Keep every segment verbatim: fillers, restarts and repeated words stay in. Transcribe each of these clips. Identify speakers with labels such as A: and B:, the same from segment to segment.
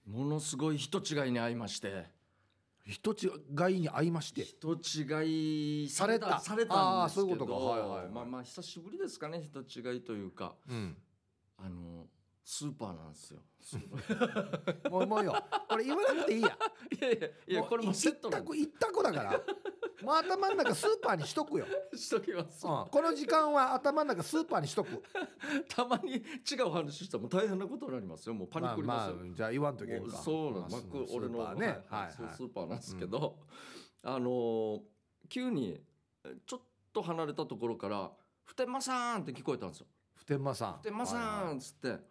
A: ものすごい人違いに会いまして。
B: 人違いに会いまして
A: 人違い
B: された
A: されたんですけど、
B: あーそういうことか、はいはいはい、
A: まあまあ久しぶりですかね、人違いというか、
B: うん、
A: あのスーパーなんですよ。
B: もうもうよこれ言わなくていいや。
A: いやいやいや、これもセットなんで
B: 一択だからもう頭の中スーパーにしとくよ、
A: しときます、
B: うん、この時間は頭の中スーパーにしとく。
A: たまに違う話しても大変なことになりますよ。もうパニックりますよ、
B: まあまあ、じゃあ言わんとけんか。
A: そうなんです、まあ、俺の
B: ね、
A: はい
B: はいはい、
A: そうスーパーなんですけど、うん、あのー、急にちょっと離れたところから普天間さんって聞こえたんですよ。
B: 普天間さん
A: 普天間さんっつって、はいはい、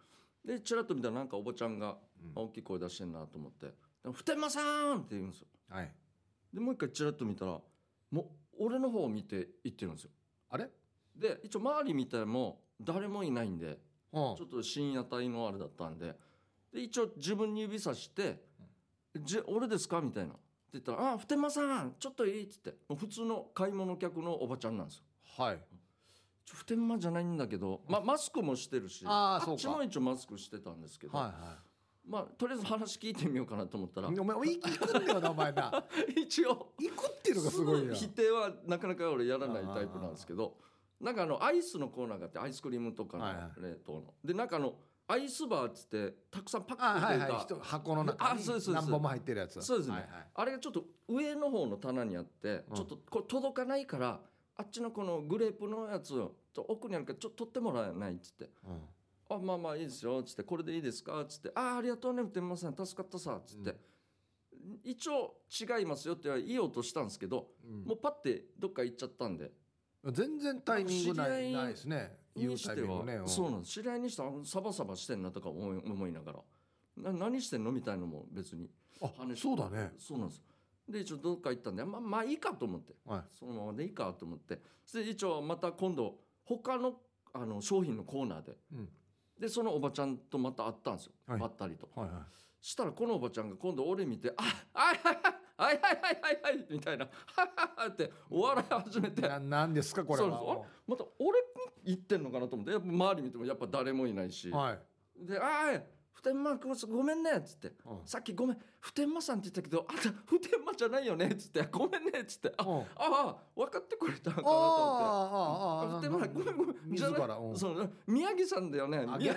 A: でチラッと見たらなんかおばちゃんが大きい声出してんなと思って、うん、普天間さんって言うんですよ、
B: はい、
A: でもう一回チラッと見たらもう俺の方を見て言ってるんですよ。
B: あれ
A: で一応周り見ても誰もいないんで、
B: うん、
A: ちょっと深夜帯のあれだったんで、で一応自分に指さして「じ俺ですか?」みたいなって言ったら「あ普天間さんちょっといい」っつって、もう普通の買い物客のおばちゃんなんですよ。
B: はい、
A: ちょ普天間じゃないんだけど、まあ、マスクもしてるし、
B: あ
A: あっちも一応マスクしてたんですけど、
B: はいはい、
A: まあとりあえず話聞いてみようかなと思ったら、
B: お前行くんだよなお前な
A: 一応
B: 行くっていうのがすごいな。
A: 否定はなかなか俺やらないタイプなんですけど、なんかあのアイスのコーナーがあって、アイスクリームとかの冷凍の、はいはい、でなんかあのアイスバーっつってたくさんパックというか、
B: はいはい、箱の中に何本も入ってるやつ、
A: そうですね、
B: はいはい、
A: あれがちょっと上の方の棚にあって、うん、ちょっとこれ届かないからあっちのこのグレープのやつと奥にあるからちょっと取ってもらえないっつって、うん、あまあまあいいですよっつって、これでいいですかっつって、ああありがとうね普天間さん助かったさっつって、うん、一応違いますよって言おうとしたんですけど、うん、もうパッてどっか行っちゃったんで、
B: 全然タイミングない、ないですね。
A: にしては、ね、そうなんです。知り合いにしてはサバサバしてんなとか思い、思いながら、な何してんのみたいのも別に、
B: あそうだね、
A: そうなんです。で一応どっか行ったんで、まあまあいいかと思って、はい、そのままでいいかと思って、で一応また今度他のあの商品のコーナーで、うん、でそのおばちゃんとまた会ったんですよ、はい、ばったりと、はいはい、したらこのおばちゃんが今度俺見て「あはいはいはいはいはいはいはいはい」みたいな「ははは」ってお笑い始めて、
B: ななんですかこれは。
A: そうまた俺に言ってんのかなと思って、やっぱ周り見てもやっぱ誰もいないし、はい、で「ああ普天間ごめんね」っつって、うん、さっきごめん普天間さんって言ったけどあんた普天間じゃないよねっつってごめんねっつって、あ、うん、ああ分かってくれたのかなと思って、普天間ごめんごめんじゃない、うん、その宮城さんだよねあれ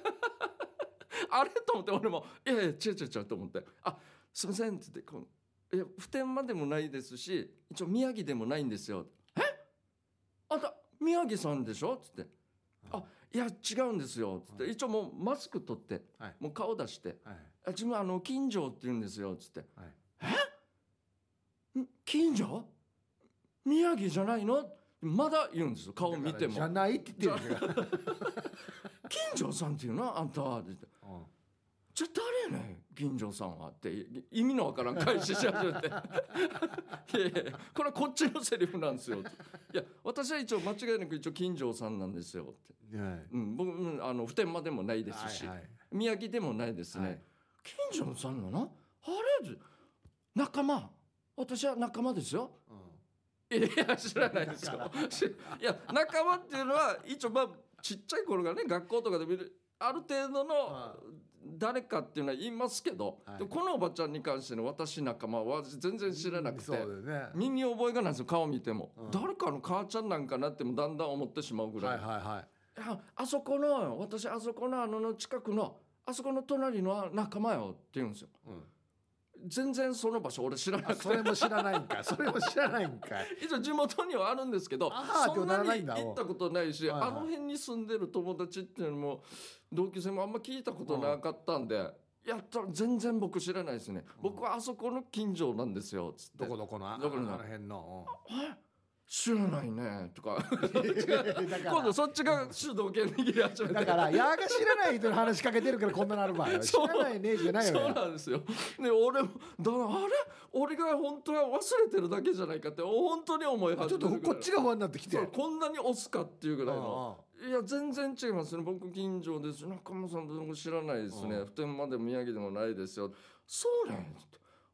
A: と思って、俺もいやいや違う違う違うと思って、あすいませんっつって、このいや普天間でもないですし一応宮城でもないんですよ。えあんた宮城さんでしょっつって、あいや違うんですよっつって、一応もうマスク取って、はい、もう顔出して、はい、あ自分あの金城って言うんですよっつって、はい、え金城宮城じゃないのまだ言うんですよ、顔見ても
B: じゃないって言ってる
A: 金城さんっていうのあんたって言って、うん、じゃあ誰やねん金城さんはって意味のわからん返しし始めていやいやこれはこっちのセリフなんですよって、いや私は一応間違いなく一応金城さんなんですよって、はい、うん、僕あの普天間でもないですし、はいはい、宮城でもないですね、はい、金城さんなのあれ仲間私は仲間ですよ、うん、いや知らないですよいや仲間っていうのは一応まあちっちゃい頃からね学校とかで見るある程度の誰かっていうのは言いますけど、はい、でこのおばちゃんに関しての私仲間は全然知らなくて、うんね、身に覚えがないんですよ、顔見ても、うん、誰かの母ちゃんなんかなってもだんだん思ってしまうぐらい、はいはいはい、いやあそこの私あそこのあの近くのあそこの隣の仲間よって言うんですよ、うん、全然その場所俺知らなくて、
B: それも知らないんかそれも知らないんか
A: 一応地元にはあるんですけどそんなに行ったことないし、はいはい、あの辺に住んでる友達っていうのも同級生もあんま聞いたことなかったんで、やったら全然僕知らないですね、僕はあそこの近所なんですよつって、
B: どこどこのあ
A: どこ
B: の辺の
A: 知らないねとか今度そっちが主導権握り始めて、
B: だからやが知らない人に話しかけてるからこんなのある場合知らないねじゃないよね。
A: そうなんですよ。で俺もだあれ俺が本当は忘れてるだけじゃないかって本当に思い始める。
B: ちょっとこっちが不安になってきて、
A: こんなに押すかっていうぐらいの、いや全然違いますね、僕近所です、中村さんどうも知らないですね、普天間でも宮城でもないですよ、そうね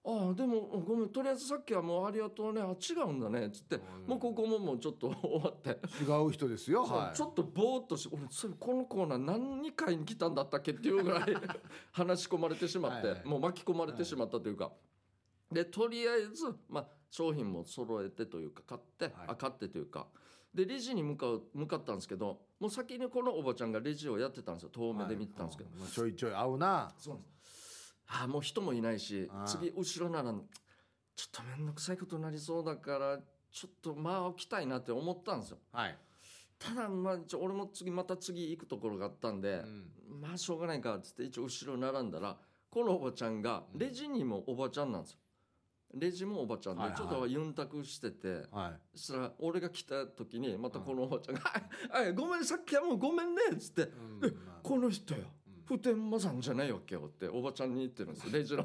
A: ああでもごめんとりあえずさっきはもうありがとうねあ違うんだねっつって、
B: うん
A: もうここももうちょっと終わって
B: 違う人ですよ、はい、
A: ちょっとぼーっとして俺それこのコーナー何回に来たんだったっけっていうぐらい話し込まれてしまって
B: はいはい
A: もう巻き込まれてしまったというか、でとりあえず、まあ、商品も揃えてというか買って、
B: はい
A: あ買ってというかでレジに向かう向かったんですけどもう先にこのおばちゃんがレジをやってたんですよ遠目で見てたんですけど、
B: はいうんちょいちょい合うな。
A: そうなんですあもう人もいないし
B: ああ
A: 次後ろならちょっと面倒くさいことになりそうだからちょっとまあ置きたいなって思ったんですよ。
B: はい、
A: ただまあちょ俺も次また次行くところがあったんで、
B: うん
A: まあしょうがないかっつって一応後ろ並んだらこのおばちゃんがレジにもおばちゃんなんですよ。レジもおばちゃんで
B: はいはい
A: ちょっとユンタクしてて、
B: はい
A: そしたら俺が来た時にまたこのおばちゃんが「はい、はい、ごめんさっきはもうごめんね」っつって
B: うん
A: え「この人よ普天間さんじゃないわけよ」っておばちゃんに言ってるんですよレジの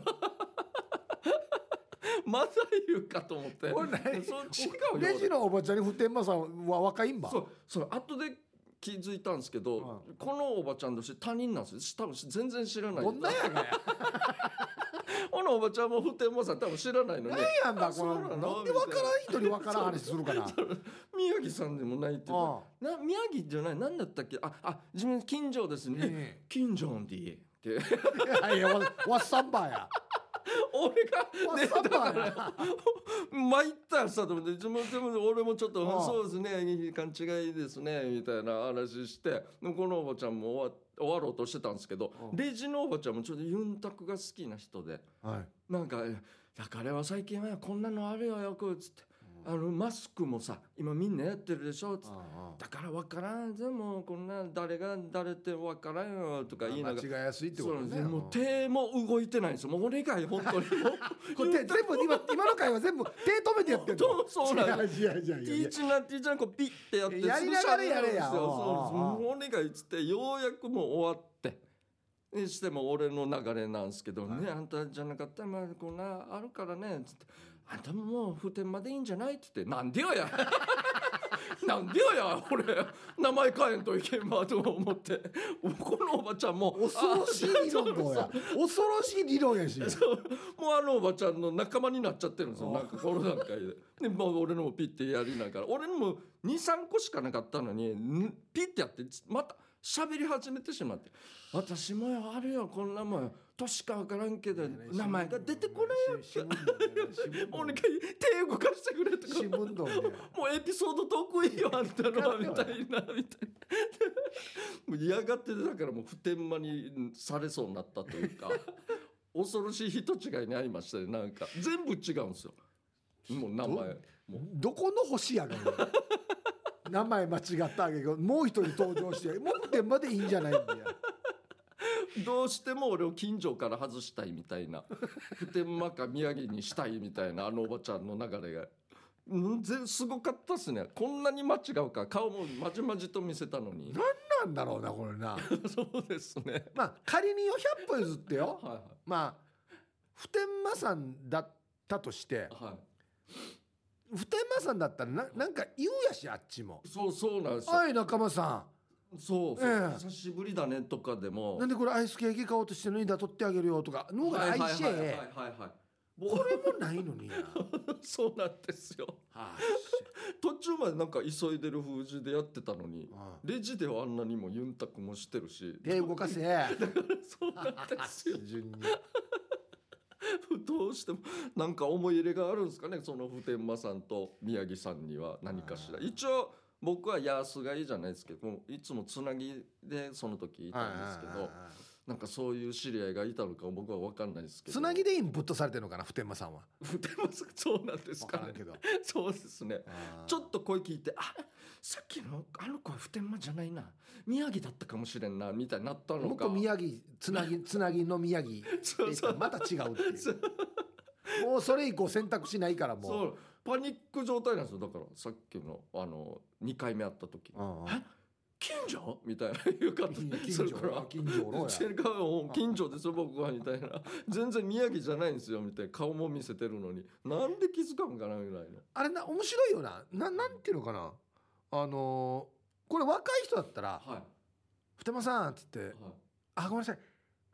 A: まだいるかと思って
B: これ何
A: そう違うよ
B: レジのおばちゃんに普天間さんは若いんば。
A: そうそう後で気づいたんですけど、
B: うん
A: このおばちゃんとして他人なんですよ多分全然知らない
B: どんなやがや
A: このおばちゃんも普天間さん多分知らないのに
B: 何やんだこ
A: そう
B: の
A: なの
B: なんで分からん人に分からん話するかな。
A: 宮城さんでもないっていう
B: あ
A: な宮城じゃない何だったっけああ自分近所ですね、
B: ね
A: 近所んでいいって
B: いやいやわわっさんばや
A: 俺が
B: わっ
A: ね
B: さんばや
A: 参ったさと思って自分でも俺もちょっと
B: ああ
A: そうですね勘違いですねみたいな話してでもこのおばちゃんも終わ終わろうとしてたんですけど
B: うん
A: レジのおばちゃんもちょっとユンタクが好きな人で
B: はい
A: なんか「だからは最近はこんなのあるよよく」っつってあのマスクもさ今みんなやってるでしょっつってだから分からんでもこんな誰が誰って分からんよとか言いながら
B: 間違いやすいってことね。
A: そうなんですもう手も動いてないんですよもうお願い本当にもう
B: これ手全部今今の会話全部手止めてやってんの。
A: そうそうなんです
B: いやいやいやい
A: テ
B: やいや
A: ィーチなティーチなこうピッてやって
B: やりながらやれや
A: すぐ喋るんですよそうです
B: おうおうおう
A: もうお願いっつってようやくもう終わってにしても俺の流れなんですけどね、あんたじゃなかったらまあこんなあるからねつってあんたももう普天間でいいんじゃないって言ってなんでよやなんでよや俺名前変えんといけんばと思ってこのおばちゃんも
B: 恐ろしい理論どうや恐ろしい理論やし
A: そうもうあのおばちゃんの仲間になっちゃってるんですよ
B: あ
A: なんかこの段階ででもう俺のもピッてやりながら俺のもにさんこしかなかったのにんピッてやってまた喋り始めてしまって私もよあるよこんなもんよ年か分からんけど名前が出てこないよ
B: し聞
A: お願い手動かしてくれとか
B: 新聞道ね
A: もうエピソード得意よあんたのはみたいなみたいなもう嫌がっててだからもう普天間にされそうになったというか恐ろしい人違いに会いましたねなんか全部違うんですよもう名前もう
B: どこの星やがね名前間違ったあげどもう一人登場してもう普天間でいいんじゃないんだよ
A: どうしても俺を近所から外したいみたいな普天間か宮城にしたいみたいなあのおばちゃんの流れがうんぜすごかったっすねこんなに間違うか顔もまじまじと見せたのに
B: なんだろうなこれな
A: そうですね
B: まあ仮によひゃっぽ譲ってよ
A: はい
B: まあ普天間さんだったとして
A: はいはい
B: 普天間さんだったらななんか言うやしあっちも
A: そうそうなんですよ
B: はい仲間さ
A: そうそう、
B: ええ
A: 久しぶりだねとかでも
B: んなんでこれアイスケーキ買おうとしてるのにだ取ってあげるよとかのが
A: はい
B: 愛し
A: はいはいはいはいはいも
B: これもないのにな
A: うそうなんですよ
B: は
A: 途中までなんか急いでる風じでやってたのに
B: あ
A: レジではあんなにもユンタクもしてるし
B: 手動かせ
A: そうなんですよ
B: 順に
A: どうしてもなんか思い入れがあるんですかねその普天間さんと宮城さんには何かしら
B: あー
A: 一応僕は安がいいじゃないですけどいつもつなぎでその時いたんですけどなんかそういう知り合いがいたのか僕は分かんないですけど
B: つなぎでインプットされてるのかな普天間さんは
A: 普天間さんそうなんですかね
B: 分からんけど
A: そうですねちょっと声聞いてあさっきのあの子は普天間じゃないな宮城だったかもしれんなみたいになったのか
B: もっと宮城つなぎつなぎの宮城って言ったらまた違うっていうもうそれ以降選択肢ないからもう
A: そうパニック状態なんですよだからさっきのあのにかいめ会った時
B: うんうん
A: え近所みたいな言うか
B: 近
A: それから
B: 所近所のや
A: 違う近所ですよ僕はみたいな全然宮城じゃないんですよみたいな顔も見せてるのになんで気づかんかなぐらいの
B: あれな面白いよなななんていうのかなあのーこれ若い人だったら
A: はい
B: 「普天間さん」っつって
A: はい
B: 「あごめんなさい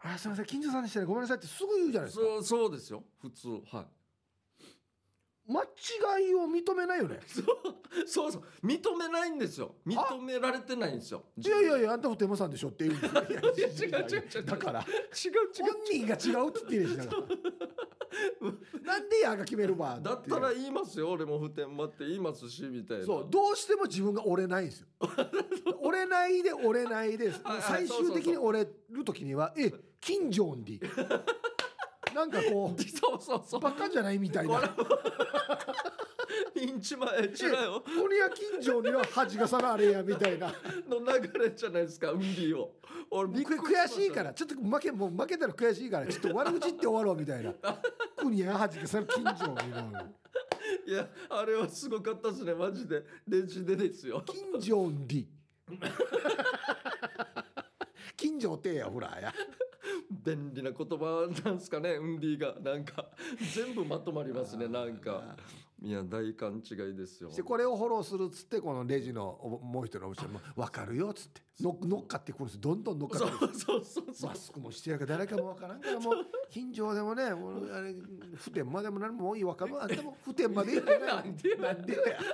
B: あすみません近所さんでしたねごめんなさいってすぐ言うじゃないですか。
A: そうそうですよ普通。はい
B: 間違いを認めないよね。
A: そうそうそう認めないんですよ。認められてないんですよ。
B: いやいやいやあんた普天間さんでしょって言うんですよ。いや
A: いや違う違う違う
B: だから
A: 違う違う
B: 本人が違うって言ってるしだからなんでやが決めるば
A: だったら言いますよ。俺も普天間って言いますしみたいな。
B: そうどうしても自分が折れないんですよ折れないで折れないで最終的に折れる時にはえ金城になんかこう
A: そうそうそう
B: バカじゃないみたいな
A: インチ前違うよ
B: これは金城には恥がさらあれやみたいな
A: の流れじゃないですか。ウンディを俺びっくりしました。
B: 悔しいからちょっと負けもう負けたら悔しいからちょっと悪口って終わろうみたいな国や恥がさら金城に
A: いやあれはすごかったですねマジで。レジでですよ
B: 金城に金城ってやほらや
A: 便利な言葉なんですかね。ウンディがなんか全部まとまりますね。なんかいや大勘違いですよ。
B: でこれをフォローするっつってこのレジのおもう一人のおばちゃんも分かるよっつっての乗っかってくるんです。どんどん乗っかってくる。
A: そうそうそうそう
B: マスクもしてやるか誰かも分からんからもう近所でもねもうあれ普天間でも何もいい分かるあんたも普天間でいいじゃない
A: なんでよ
B: なんでよや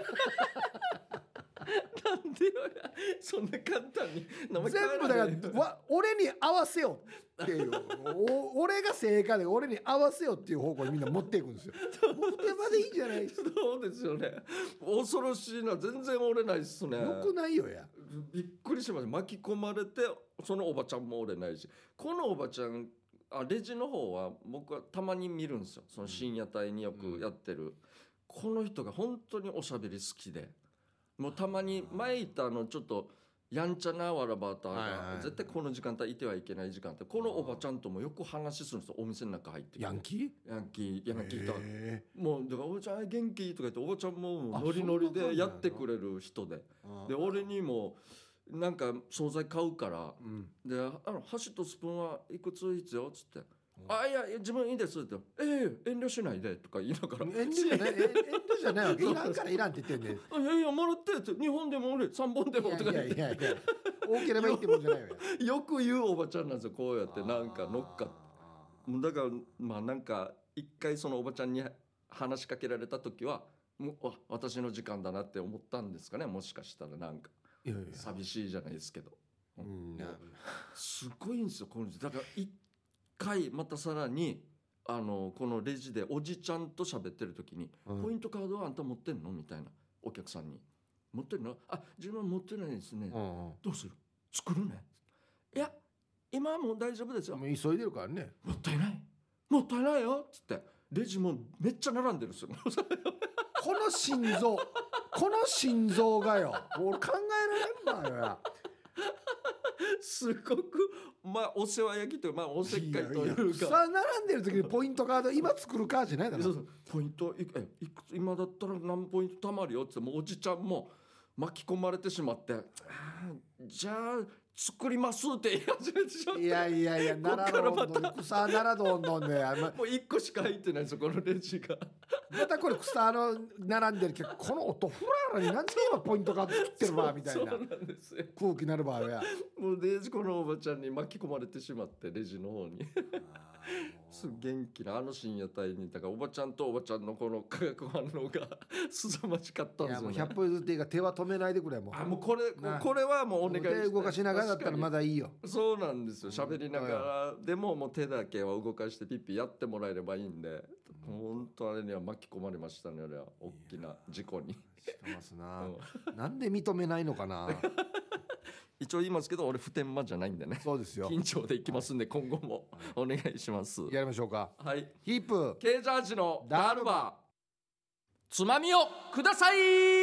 A: なんでよそんな簡単に名前変え
B: 全部だ
A: られる
B: からわ俺に合わせよっていうお俺が正解で俺に合わせよっていう方向にみんな持っていくんですよ。普天間でいいじゃないですか。
A: そうですよね。恐ろしいな。全然折れないっすね。
B: よくないよや。
A: びっくりしました。巻き込まれてそのおばちゃんも折れないし、このおばちゃんあレジの方は僕はたまに見るんですよ。その深夜帯によくやってる、うん、この人が本当におしゃべり好きで、もうたまに前いたあのちょっとやんちゃなわらばたが絶対この時間帯いてはいけない時間帯、このおばちゃんともよく話するんですよ。お店の中入って
B: ヤンキ
A: ーヤンキーヤンキーともうだからおばちゃん元気とか言っておばちゃんもノリノリでやってくれる人で、で俺にもなんか惣菜買うから、うん、であの箸とスプーンはいくつ必要っつって、うん、あいや自分いいですってええー、遠慮しないでとか言いながら
B: 遠慮じゃない遠慮じゃないわけいらんからいらんって言ってんね
A: いやいやもらってってにほんでも俺さんぼんでもとか言って
B: いやいやいや多ければいいってもんじゃないわよ
A: よく言うおばちゃんなんですよ。こうやってなんか乗っかってだからまあなんか一回そのおばちゃんに話しかけられた時はもう私の時間だなって思ったんですかね。もしかしたらなんかいやいや寂しいじゃないですけど、うん、すごいんですよこの人だから一回またさらにあのこのレジでおじちゃんと喋ってる時に、うん、ポイントカードはあんた持ってんのみたいなお客さんに持ってるのあ自分は持ってないですね、うんうん、どうする作るねいや今はもう大丈夫ですよもう
B: 急いでるからね
A: もったいないもったいないよっつってレジもめっちゃ並んでるんですよ
B: この心臓この心臓がよ俺考えられんばよ
A: すごくまあお世話焼きというまあおせっかいというか
B: さあ並んでる時にポイントカード今作るかじゃないだろそうそう
A: ポイントいえいくつ今だったら何ポイント貯まるよってもうおじちゃんも巻き込まれてしまってじゃあ作りますって言い始めてしまった。
B: いやいやいや奈良のどん草奈良どんどんで
A: もう一個しか入ってないですよこのレジが
B: またこれ草の並んでるけどこの音フラーラに何で今ポイントカード作ってるわみたいな空気なる場合や
A: もうレジこのおばちゃんに巻き込まれてしまってレジの方にす元気なあの深夜帯にだからおばちゃんとおばちゃんのこの化学反応が凄まじかったんですよね。いやもう
B: ひゃっぽ譲っていいが手は止めないでくれもう
A: あもうこれこれはもうお願いして
B: 手動かしながらだったらまだいいよ。
A: そうなんですよ喋りながらでももう手だけは動かしてピッピやってもらえればいいんで本当あれには巻き込まれましたね。あれは大きな事故に
B: してますな、うん、なんで認めないのかな
A: 一応言いますけど俺普天間じゃないんでね。
B: そうですよ
A: 緊張でいきますんで今後もお願いします。
B: やりましょうか。
A: はい
B: ヒープ
A: K ジャージのダールバーつまみをください。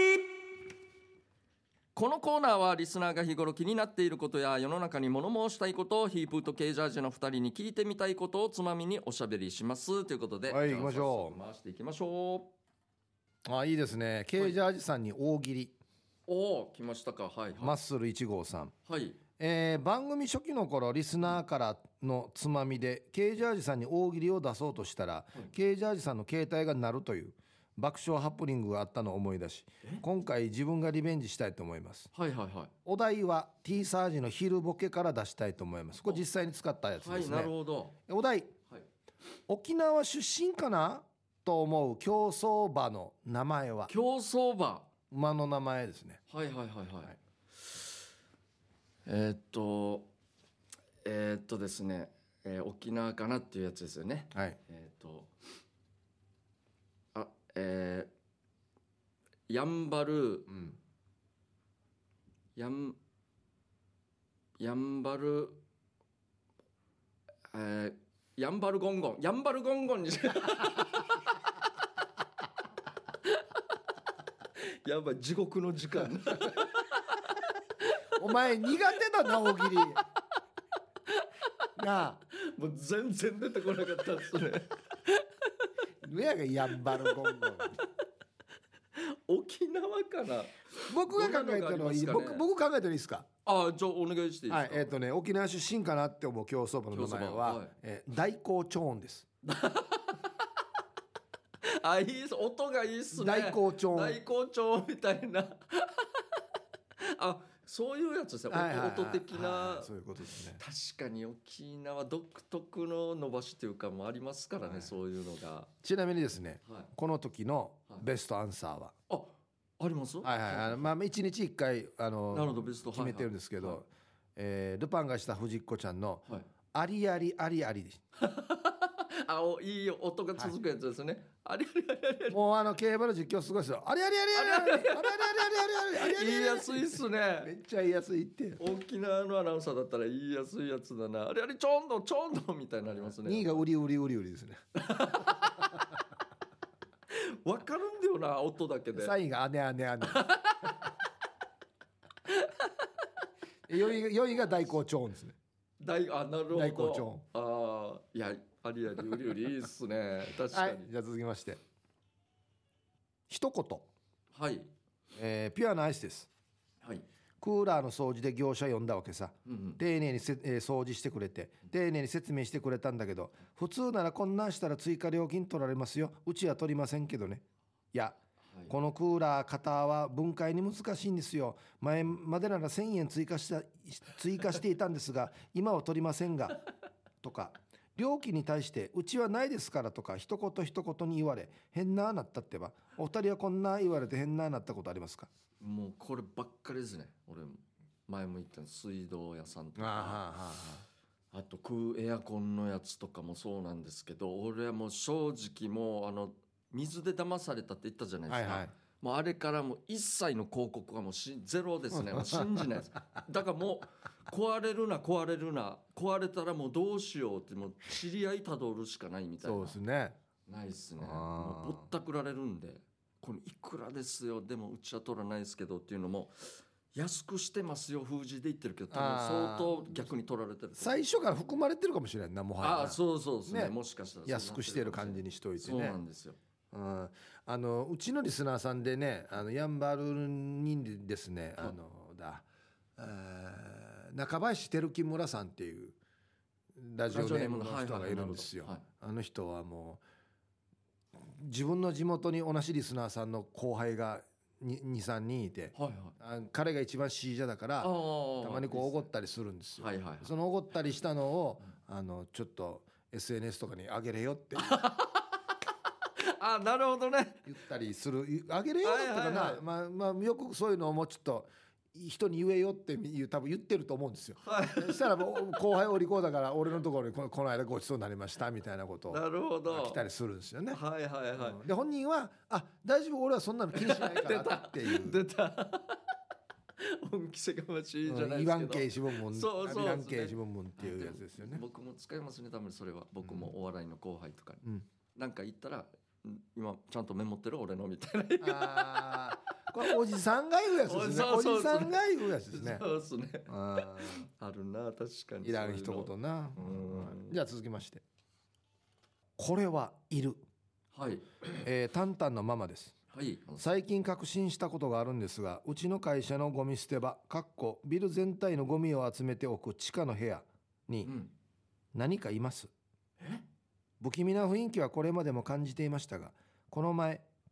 A: このコーナーはリスナーが日頃気になっていることや世の中に物申したいことをヒープーと K ジャージのふたりに聞いてみたいことをつまみにおしゃべりしますということで、
B: はい行きましょう。
A: 回していきましょ
B: う。あいいですね。 K ジャージさんに大喜利。
A: おお来ましたか。はい、はい、
B: マッスルいち号さん、
A: はい
B: えー、番組初期の頃リスナーからのつまみで K ジャージさんに大喜利を出そうとしたら、はい、K ジャージさんの携帯が鳴るという爆笑ハプニングがあったのを思い出し、今回自分がリベンジしたいと思います。
A: はいはいはい。
B: お題は T サージの昼ボケから出したいと思います。これ実際に使ったやつですね。
A: はい、なるほど。
B: お題、
A: はい、
B: 沖縄出身かなと思う競走馬の名前は。
A: 競走馬、
B: 馬の名前ですね。
A: はいはいはいはい、はい、えー、っとえー、っとですね、えー、沖縄かなっていうやつですよね。
B: はい。
A: えー、っとあえー、やんばる、うん、やんやんばるえー、やんばるゴンゴンやんばるゴンゴンにやばい、地獄の時間
B: お前苦手だな大喜利なあ、
A: もう全然出てこなかったですね
B: 上がやんばるゴンゴン
A: 沖縄かな。
B: 僕が考えたのはいい、ね、僕, 僕考えたのいいですか。
A: ああ、じゃあお願いしていいですか。
B: はい、えっ、ー、とね、沖縄出身かなって思う競走馬の名前は、はい、えー、大高チョーンです
A: あ、いいっす、音がいいっすね。
B: 大高チョーン、
A: 大高チョーンみたいなあ、そういうやつですね、はいはいはい、音的な、はいはい、
B: そういうことですね。
A: 確かに沖縄独特の伸ばしというかもありますからね、はい、そういうのが。
B: ちなみにですね、はい、この時のベストアンサーは、はい、
A: あ、あります。
B: はいはい、あの、まあ、いちにちいっかいあの
A: なるほど、ベスト
B: 決めてるんですけど、はいはい、えー、ルパンがした藤子ちゃんの、
A: はい、
B: ありありありありでした
A: あ、お、いい音が続くやつですね、はい、ありありありあり、
B: もうあの競馬の実況すごいですよ。ありありありありありありありありありありあり、
A: 言いやすいっすね。
B: めっちゃ言いやすいって。
A: 沖縄のアナウンサーだったら言いやすいやつだな。あれあれちょんどちょんどみたいになりますね。
B: にいがウリウリウリウリですね
A: わかるんだよな、音だけで。
B: さんいがあねあねあねよんいがよんいが大高チョーンですね。
A: 大、あ、なるほど、
B: 大高チョーン。
A: ああ、いや、ありありうりうりいいっすね確かに、はい、
B: じゃあ続きまして一言、
A: はい、
B: えー、ピュアなアイスです。
A: はい。
B: クーラーの掃除で業者呼んだわけさ、うんうん、丁寧にせ、えー、掃除してくれて丁寧に説明してくれたんだけど、普通ならこんなんしたら追加料金取られますよ、うちは取りませんけどね。いや、はい、このクーラー型は分解に難しいんですよ。前までならせんえん追加した追加していたんですが今は取りませんがとか、料金に対してうちはないですからとか一言一言に言われ変ななったってば、お二人はこんな言われて変ななったことありますか。
A: もうこればっかりですね。俺前も言った水道屋さんとか、 あ, あ, あと空エアコンのやつとかもそうなんですけど、俺はもう正直もうあの水で騙されたって言ったじゃないですか、はいはい、もうあれからもう一切の広告はもうしゼロですね。もう信じないですだからもう壊れるな壊れるな、壊れたらもうどうしようってもう知り合いたどるしかないみたいな。
B: そうですね。
A: ないですね。もうぼったくられるんで、これいくらですよ、でもうちは取らないですけどっていうのも安くしてますよ封じで言ってるけど、多分相当逆に取られてる。
B: 最初から含まれてるかもしれないな、もはや。
A: あ、そうそうですね、ね、もしかしたら
B: 安くしてる感じにしといてね。
A: そうなんですよ。
B: うん、あのうちのリスナーさんでね、あのヤンバルにですね、あのだ、えー、中林照木村さんっていうラジオネームの人がいるんですよ。あの人はもう自分の地元に同じリスナーさんの後輩が にさんにんいて、はいはい、彼が一番シージャだからたまにこうおごったりするんですよ、はいはいはい、そのおごったりしたのを、うん、あのちょっと エスエヌエス とかにあげれよって
A: あ、なるほどね、
B: 言ったりする、あげれよだったかな、はいはいはい、まあまあよくそういうのをもうちょっと人に言えよって多分言ってると思うんですよ、はい、そしたら後輩お利口だから俺のところにこ の, この間ごちそうになりましたみたいなことを来たりするんですよね。
A: はいはいはい、うん、
B: で本人はあ大丈夫俺はそんなの気にしないからっていう
A: 出た本気せがましいじゃないですけど、
B: イワン系四分門、
A: そうそう、
B: イワン系四分門っていうやつですよね。
A: 僕も使いますね、多分それは。僕もお笑いの後輩とかに、うん、なんか言ったら今ちゃんとメモってる俺のみたいな。
B: あこれおじさんが言うやつですね。おじさんが言うやつですね。
A: そうですね。あ, あるな、確かに。
B: いらん一言な。うん、じゃあ続きまして、これはいる。
A: はい。
B: えー、タンタンのママです。
A: はい、
B: 最近確信したことがあるんですが、うちの会社のゴミ捨て場かっこビル全体のゴミを集めておく地下の部屋に何かいます、うん、え不気味な雰囲気はこれまでも感じていましたが、この前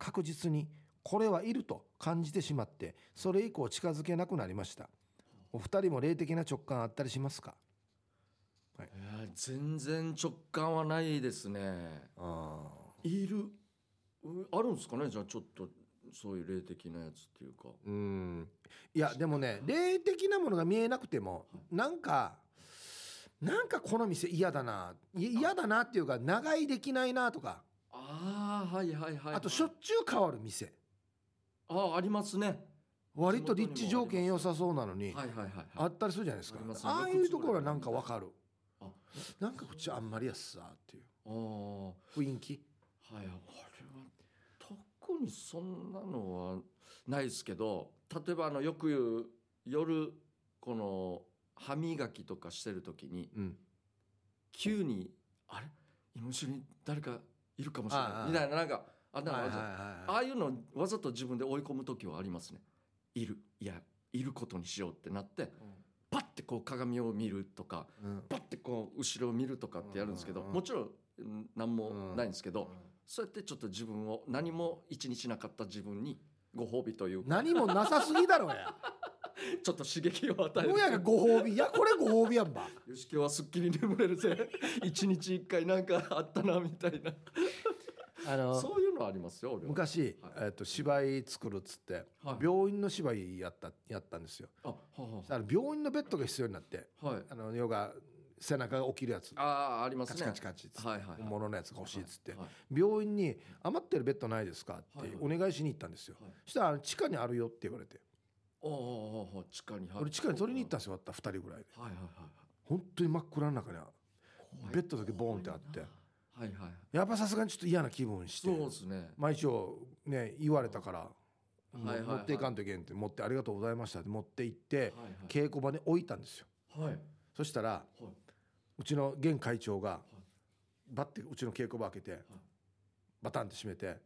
B: 確実にこれはいると感じてしまって、それ以降近づけなくなりました。お二人も霊的な直感あったりしますか？
A: はい、いや全然直感はないですね。
B: あ
A: いるあるんですかね。じゃあちょっとそういう霊的なやつっていうか。
B: うんいやでもね、霊的なものが見えなくても、なんかなんかこの店嫌だな、嫌だなっていうか長居できないなとか、
A: ああはいはいはい、はい、
B: あとしょっちゅう変わる店、
A: ああありますね。
B: 割と立地条件良さそうなのに、
A: はいはいはい、はい、
B: あったりするじゃないですか。
A: あ, す
B: ああいうところはなんかわかる。
A: あ
B: なんかこっちあんまりやっさっていう
A: あ
B: 雰囲気。
A: はい、あれは特にそんなのはないですけど、例えばあのよく言う夜この歯磨きとかしてる時に、うん、急にあれ今後ろに誰かいるかもしれないみたいな、なんかあんなのあるじゃん。ああいうのわざと自分で追い込む時はありますね。いるいやいることにしようってなって、うん、パッてこう鏡を見るとか、うん、パッてこう後ろを見るとかってやるんですけど、うん、もちろん何もないんですけど、うん、そうやってちょっと自分を、何も一日なかった自分にご褒美というか、
B: 何もなさすぎだろうや
A: ちょっと刺激を与える。
B: もうやがご褒美、いやこれご褒美やんば。
A: よし今日はすっきり眠れるぜ一日一回なんかあったなみたいなあのそういうのありますよ俺は。
B: 昔、はい、えー、と芝居作るっつって、はい、病院の芝居やったやったんですよ。あ、はあ、病院のベッドが必要になって、はい、あの要が背中が起きるやつ、
A: ああありますね、
B: カチカチカチっつって、はいはいはい、本物のやつが欲しいっつって、はいはい、病院に余ってるベッドないですかってお願いしに行ったんですよ。はいはい、そしたら地下にあるよって言われて、
A: ああ地下に、
B: 俺地下に取りに行ったんですよ。ふたりぐらいで、
A: はいはいはい、
B: 本当に真っ暗の中にベッドだけボーンってあって、
A: はいはい、
B: やっぱさすがにちょっと嫌な気分して、
A: そうですね、
B: まあ一応ね言われたから、はいはいはい、持っていかんといけんって持って、ありがとうございましたって持って行って、はいはい、稽古場に置いたんですよ。はい、そしたら、はい、うちの現会長が、はい、バッてうちの稽古場開けて、はい、バタンって閉めて、はい、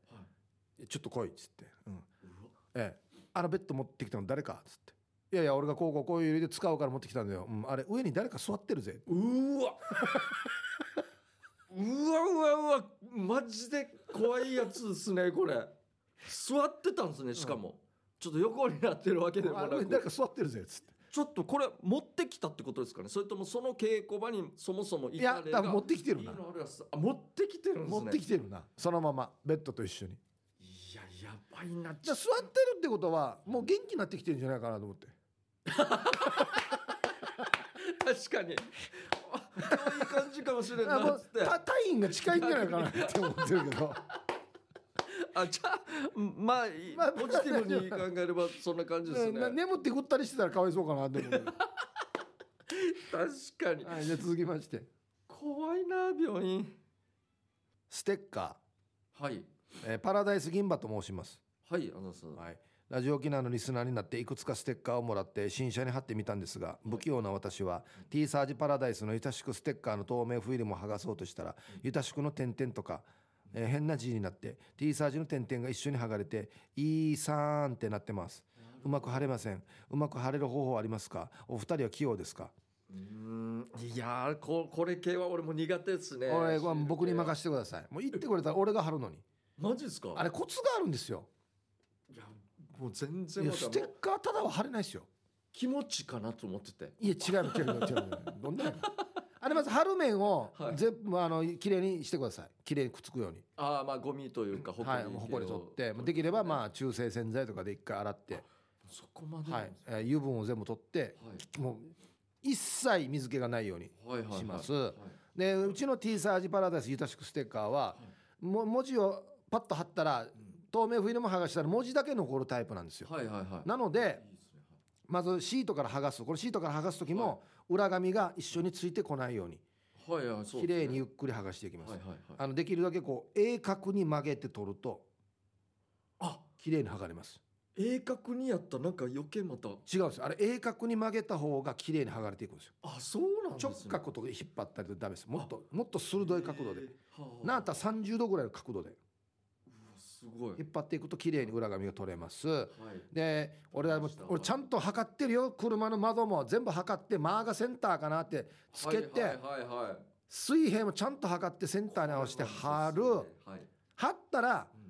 B: ちょっと来いっつって、うん、ええ、あのベッド持ってきたの誰かっつって、いやいや俺がこうこうこういう入れて使うから持ってきたんだよ、うん、あれ上に誰か座ってるぜ。
A: うわうわうわうわマジで怖いやつですねこれ。座ってたんですね、しかも、うん、ちょっと横になってるわけでもなく、
B: 誰か座ってるぜっつって、
A: ちょっとこれ持ってきたってことですかね。それともその稽古場にそもそもいた
B: れが、いや多分持ってきてるな。
A: あ持ってきてるんですね。
B: 持ってきてるな、そのままベッドと一緒に。
A: いややばいな。
B: じゃあ座ってるってことはもう元気になってきてるんじゃないかなと思って
A: 確かにあいい感じかもしれないっつって
B: タインが近いんじゃないかなって思ってるけど
A: あじゃあまあ、まあ、ポジティブに考えればそんな感じですね。
B: 眠ってぐったりしてたらかわいそうかなって思う確
A: かに、
B: はい、じゃあ続きまして、
A: 怖いな病院。
B: ステッカ
A: ー、はい、
B: えー、パラダイス銀馬と申します。
A: はい、あのそう、
B: はい、ラジオ沖縄のリスナーになっていくつかステッカーをもらって新車に貼ってみたんですが、不器用な私は T サージパラダイスのゆたしくステッカーの透明フィルムを剥がそうとしたら、ゆたしくの点々とか、えー、変な字になって T サージの点々が一緒に剥がれていいさーんってなってます。うまく貼れません。うまく貼れる方法ありますか？お二人は器用ですか？
A: うーんいやー こ, これ系は俺も苦手ですね。
B: 俺は僕に任せてください。もう言ってくれたら俺が貼るのに。
A: マジですか？あ
B: れコツがあるんですよ。
A: いやもう全然
B: いやステッカーただは貼れないですよ。
A: 気持ちかなと思ってて。
B: いや違う違う違う違うどんなあれまず貼る面を全部、はい、あのきれいにしてください。きれいにくっつくように。
A: ああまあゴミというかほこり、
B: はい、ほこり取ってできればまあ中性洗剤とかで一回洗って
A: そこまで、
B: はいえー、油分を全部取って、はい、もう一切水気がないようにします、はいはいはいはい、でうちの T サージパラダイスゆたしくステッカーは、はい、も文字をパッと貼ったら、うん、透明フィルム剥がしたら文字だけ残るタイプなんですよ、はいはいはい、なので、いいですね、まずシートから剥がすこれシートから剥がす時も、はい、裏紙が一緒についてこないように、はいはいそうですね、きれいにゆっくり剥がしていきます、はいはいはい、あのできるだけこう鋭角に曲げて取るとあきれいに剥がれます。
A: 鋭角にやったらなんか余計また
B: 違うんですよ。あれ鋭角に曲げた方が綺麗に剥がれていくんですよ。
A: あ、そうなんですね。
B: 直角とか引っ張ったりとダメです。もっともっと鋭い角度で、なんたさんじゅうどぐらいの角度で、う
A: わすごい
B: 引っ張っていくと綺麗に裏紙が取れます、はい、で俺はもう俺ちゃんと測ってるよ。車の窓も全部測ってマーがセンターかなってつけて、はいはいはいはい、水平もちゃんと測ってセンターに合わせて貼る、はい、貼ったら、うん、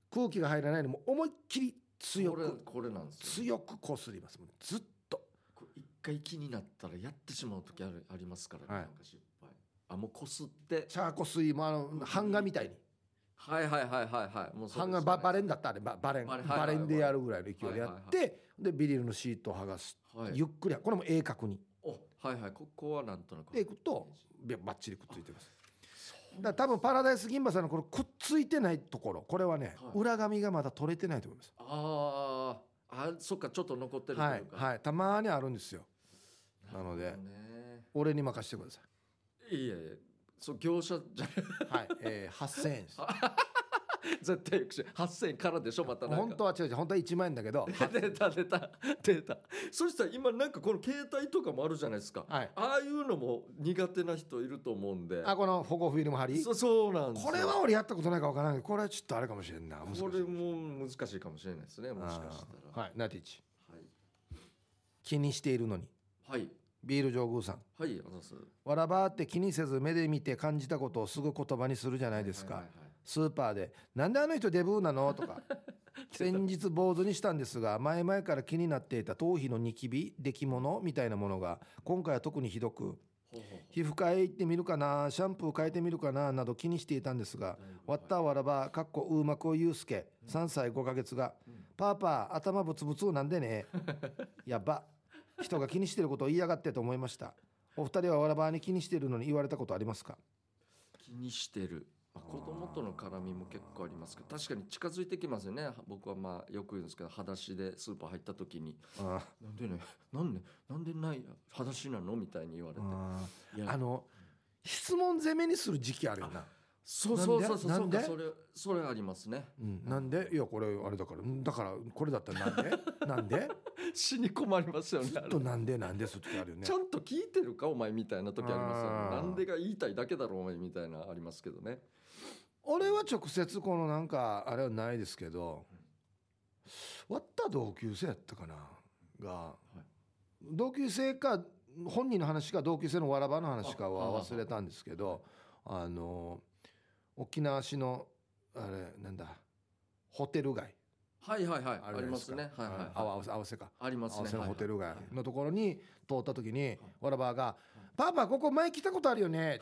B: 空気が入らないのも思いっきり強
A: これ
B: く
A: これなんですよ、
B: 強くこすります。もうずっと。
A: これ一回気になったらやってしまう時あるありますからね、
B: はい
A: なんか失敗、あもうこすって、
B: シャーコ水もあの版画みたいに、
A: はいはいはいはいはい、もうそうです
B: 版
A: ね
B: 画ババレンだったあれババレン
A: バレンはいはい
B: バレンでやるぐらいの勢いでや
A: はいはい
B: って、でビニールのシートを剥がす、
A: はい、
B: ゆっくりこれも鋭角に
A: おはいはい、ここはなんとなく
B: でいくとバッチリくっついてます。だから多分パラダイス銀馬さんのこのくっついてないところ、これはね、
A: はい
B: 裏紙がまだ取れてないと思います。
A: あーあ、そっか、ちょっと残ってるというか、
B: はいはい、たまにあるんですよ。なので
A: るほどね、
B: 俺に任せてくださ
A: いやいやそう業者じゃない
B: い。はい、えー、はっせんえんです
A: 絶対よくしはっせんえんからでしょ、またなんか
B: 本当は違う違う、本当はいちまんえんだけど
A: 出た出た出た。そしたら今なんかこの携帯とかもあるじゃないですか、
B: はい、
A: ああいうのも苦手な人いると思うんで、
B: あこの保護フィルム貼り、
A: そそうなんですよ、
B: これは俺やったことないか分からないけど、これはちょっとあれかもしれんな。難しい
A: これも難しいかもしれないですね、もしかしたら。
B: はい、ナティチ
A: はい
B: 気にしているのに
A: はい
B: ビール上宮さん、
A: はい、あざす、
B: わらばって気にせず目で見て感じたことをすぐ言葉にするじゃないですか、
A: はいはいはいはい、
B: スーパーでなんであの人デブーなのとか先日坊主にしたんですが、前々から気になっていた頭皮のニキビ出来物みたいなものが今回は特にひどく、
A: ほうほう
B: 皮膚科へ行ってみるかな、シャンプー変えてみるかななど気にしていたんですが、わったわらばかっこうまくをゆうすけさんさいごかげつが、パーパー頭ブツブツなんでねやば、人が気にしていることを言いやがってと思いました。お二人はわらばに気にしているのに言われたことありますか？
A: 気にしてる、まあ、子供との絡みも結構ありますけど、確かに近づいてきますよね。僕はまあよく言うんですけど、裸足でスーパー入った時に
B: あ
A: なんでねなんでなんでない裸足なのみたいに言われて、
B: あ
A: いや
B: あの質問攻めにする時期あるよな。
A: そうそうそうそう、
B: なんで
A: そうか、それそれありますね。
B: うん、なんでいやこれあれだからだからこれだったらなんでなんで
A: 死に困りますよね。
B: ずっとなんでなんでそういう時あるよね。
A: ちゃんと聞いてるかお前みたいな時ありますよね。
B: あー
A: なんでが言いたいだけだろお前みたいなありますけどね。
B: 俺は直接このなんかあれはないですけど、わった同級生やったかなが、
A: い
B: 同級生か本人の話か同級生のわらばの話かは忘れたんですけど、あの沖縄市のあれなんだホテル街
A: はいはいはい、
B: あ
A: あります
B: るじゃないですか。
A: ね。はいはい、
B: あ合
A: はい、
B: わせ合わせか
A: ありますね。
B: 合わせのホテル街
A: はいはい
B: のところに通った時にわらばが「パパここ前来たことあるよね」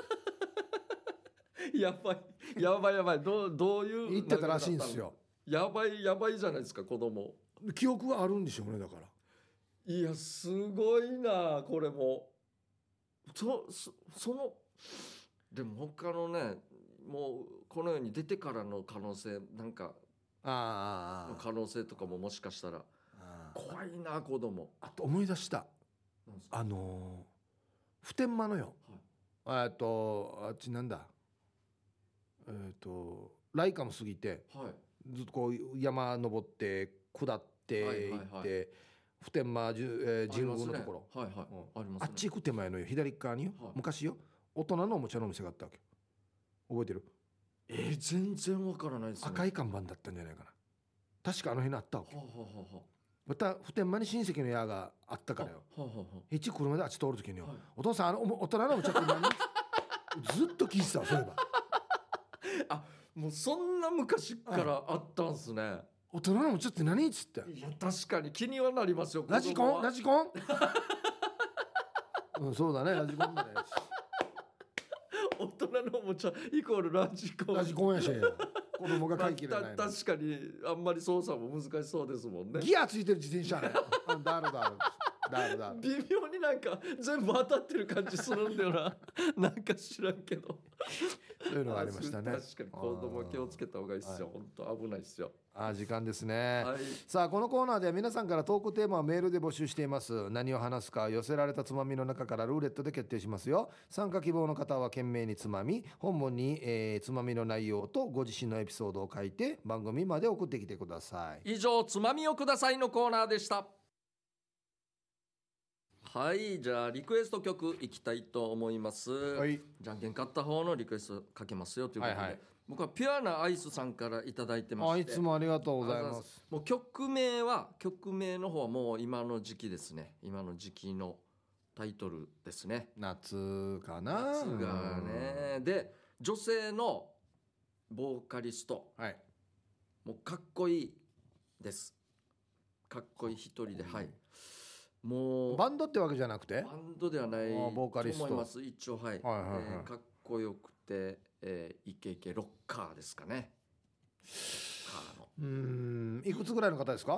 A: やばいやばいやばい、どうどういう
B: 言ってたらしいんですよ。
A: やばいやばいじゃないですか子供。
B: 記憶があるんでしょうね。だから
A: いやすごいなこれも。そそそのでも他のね、もうこのように出てからの可能性なんか
B: あ
A: の可能性とかももしかしたら
B: あ
A: 怖いな子供。
B: あと思い出した
A: なんですか。
B: あのー普天間のよ、えっとあっちなんだえっとライカも過ぎて
A: はい
B: ずっとこう山登って下って
A: はい
B: 行
A: はいはい
B: って普天間じゅ、えー神宮のところ、
A: はいはい、
B: うん
A: ありますね。
B: あっち行く手前のよ左側によ、
A: はい
B: 昔よ大人のおもちゃのお店があったわけよ。覚えてる？
A: えー、全然わからないですね。
B: 赤い看板だったんじゃないかな。確かあの辺にあったわけ。
A: はあ、はあはあは
B: また普天間に親戚の家があったからよ。
A: あ、はあはあは
B: 一車であっち通る時によ、
A: はい
B: お父さんあのお大人のおもちゃって何ずっと聞いてたわそういえば。
A: あ、もうそんな昔からあったんすね。
B: 大人のおもちゃって何っつって
A: いや確かに気にはなりますよ。
B: ラジコンラ
A: ジ
B: ジコンうんそうだねラジコンだね
A: 大人のおもちゃイコールラジコン。
B: ラジコンやし子供が
A: まあ
B: 買い切れないの、
A: た確かにあんまり操作も難しそうですもんね。
B: ギアついてる自転車ねうんだるだるだるだる
A: 微妙になんか全部当たってる感じするんだよななんか知らんけど。
B: そういうのがありましたね。
A: 確かに子供気をつけた方がいいですよ。本当危ないですよ。
B: あー時間ですね、
A: はい。
B: さあこのコーナーでは皆さんからトークテーマをメールで募集しています。何を話すか寄せられたつまみの中からルーレットで決定しますよ。参加希望の方は懸命につまみ本文に、えーつまみの内容とご自身のエピソードを書いて番組まで送ってきてください。
A: 以上つまみをくださいのコーナーでした。はい、じゃあリクエスト曲いきたいと思います。
B: はい
A: じゃんけん勝った方のリクエストかけますよということで、
B: はいはい
A: 僕はピュアなアイスさんからいただいてまして、
B: あいつもありがとうございます。
A: もう曲名は曲名の方はもう今の時期ですね。今の時期のタイトルですね。
B: 夏かな
A: 夏がね。で女性のボーカリスト
B: はい
A: もうかっこいいです。かっこいい一人で、はい。もう
B: バンドってわけじゃなくて、
A: バンドではない
B: あボーカリスト
A: と思います。一応はい、
B: はいはいはい
A: えーかっこよくて、えーイケイケロッカーですかね。ロッカーの
B: うーんいくつぐらいの方ですか？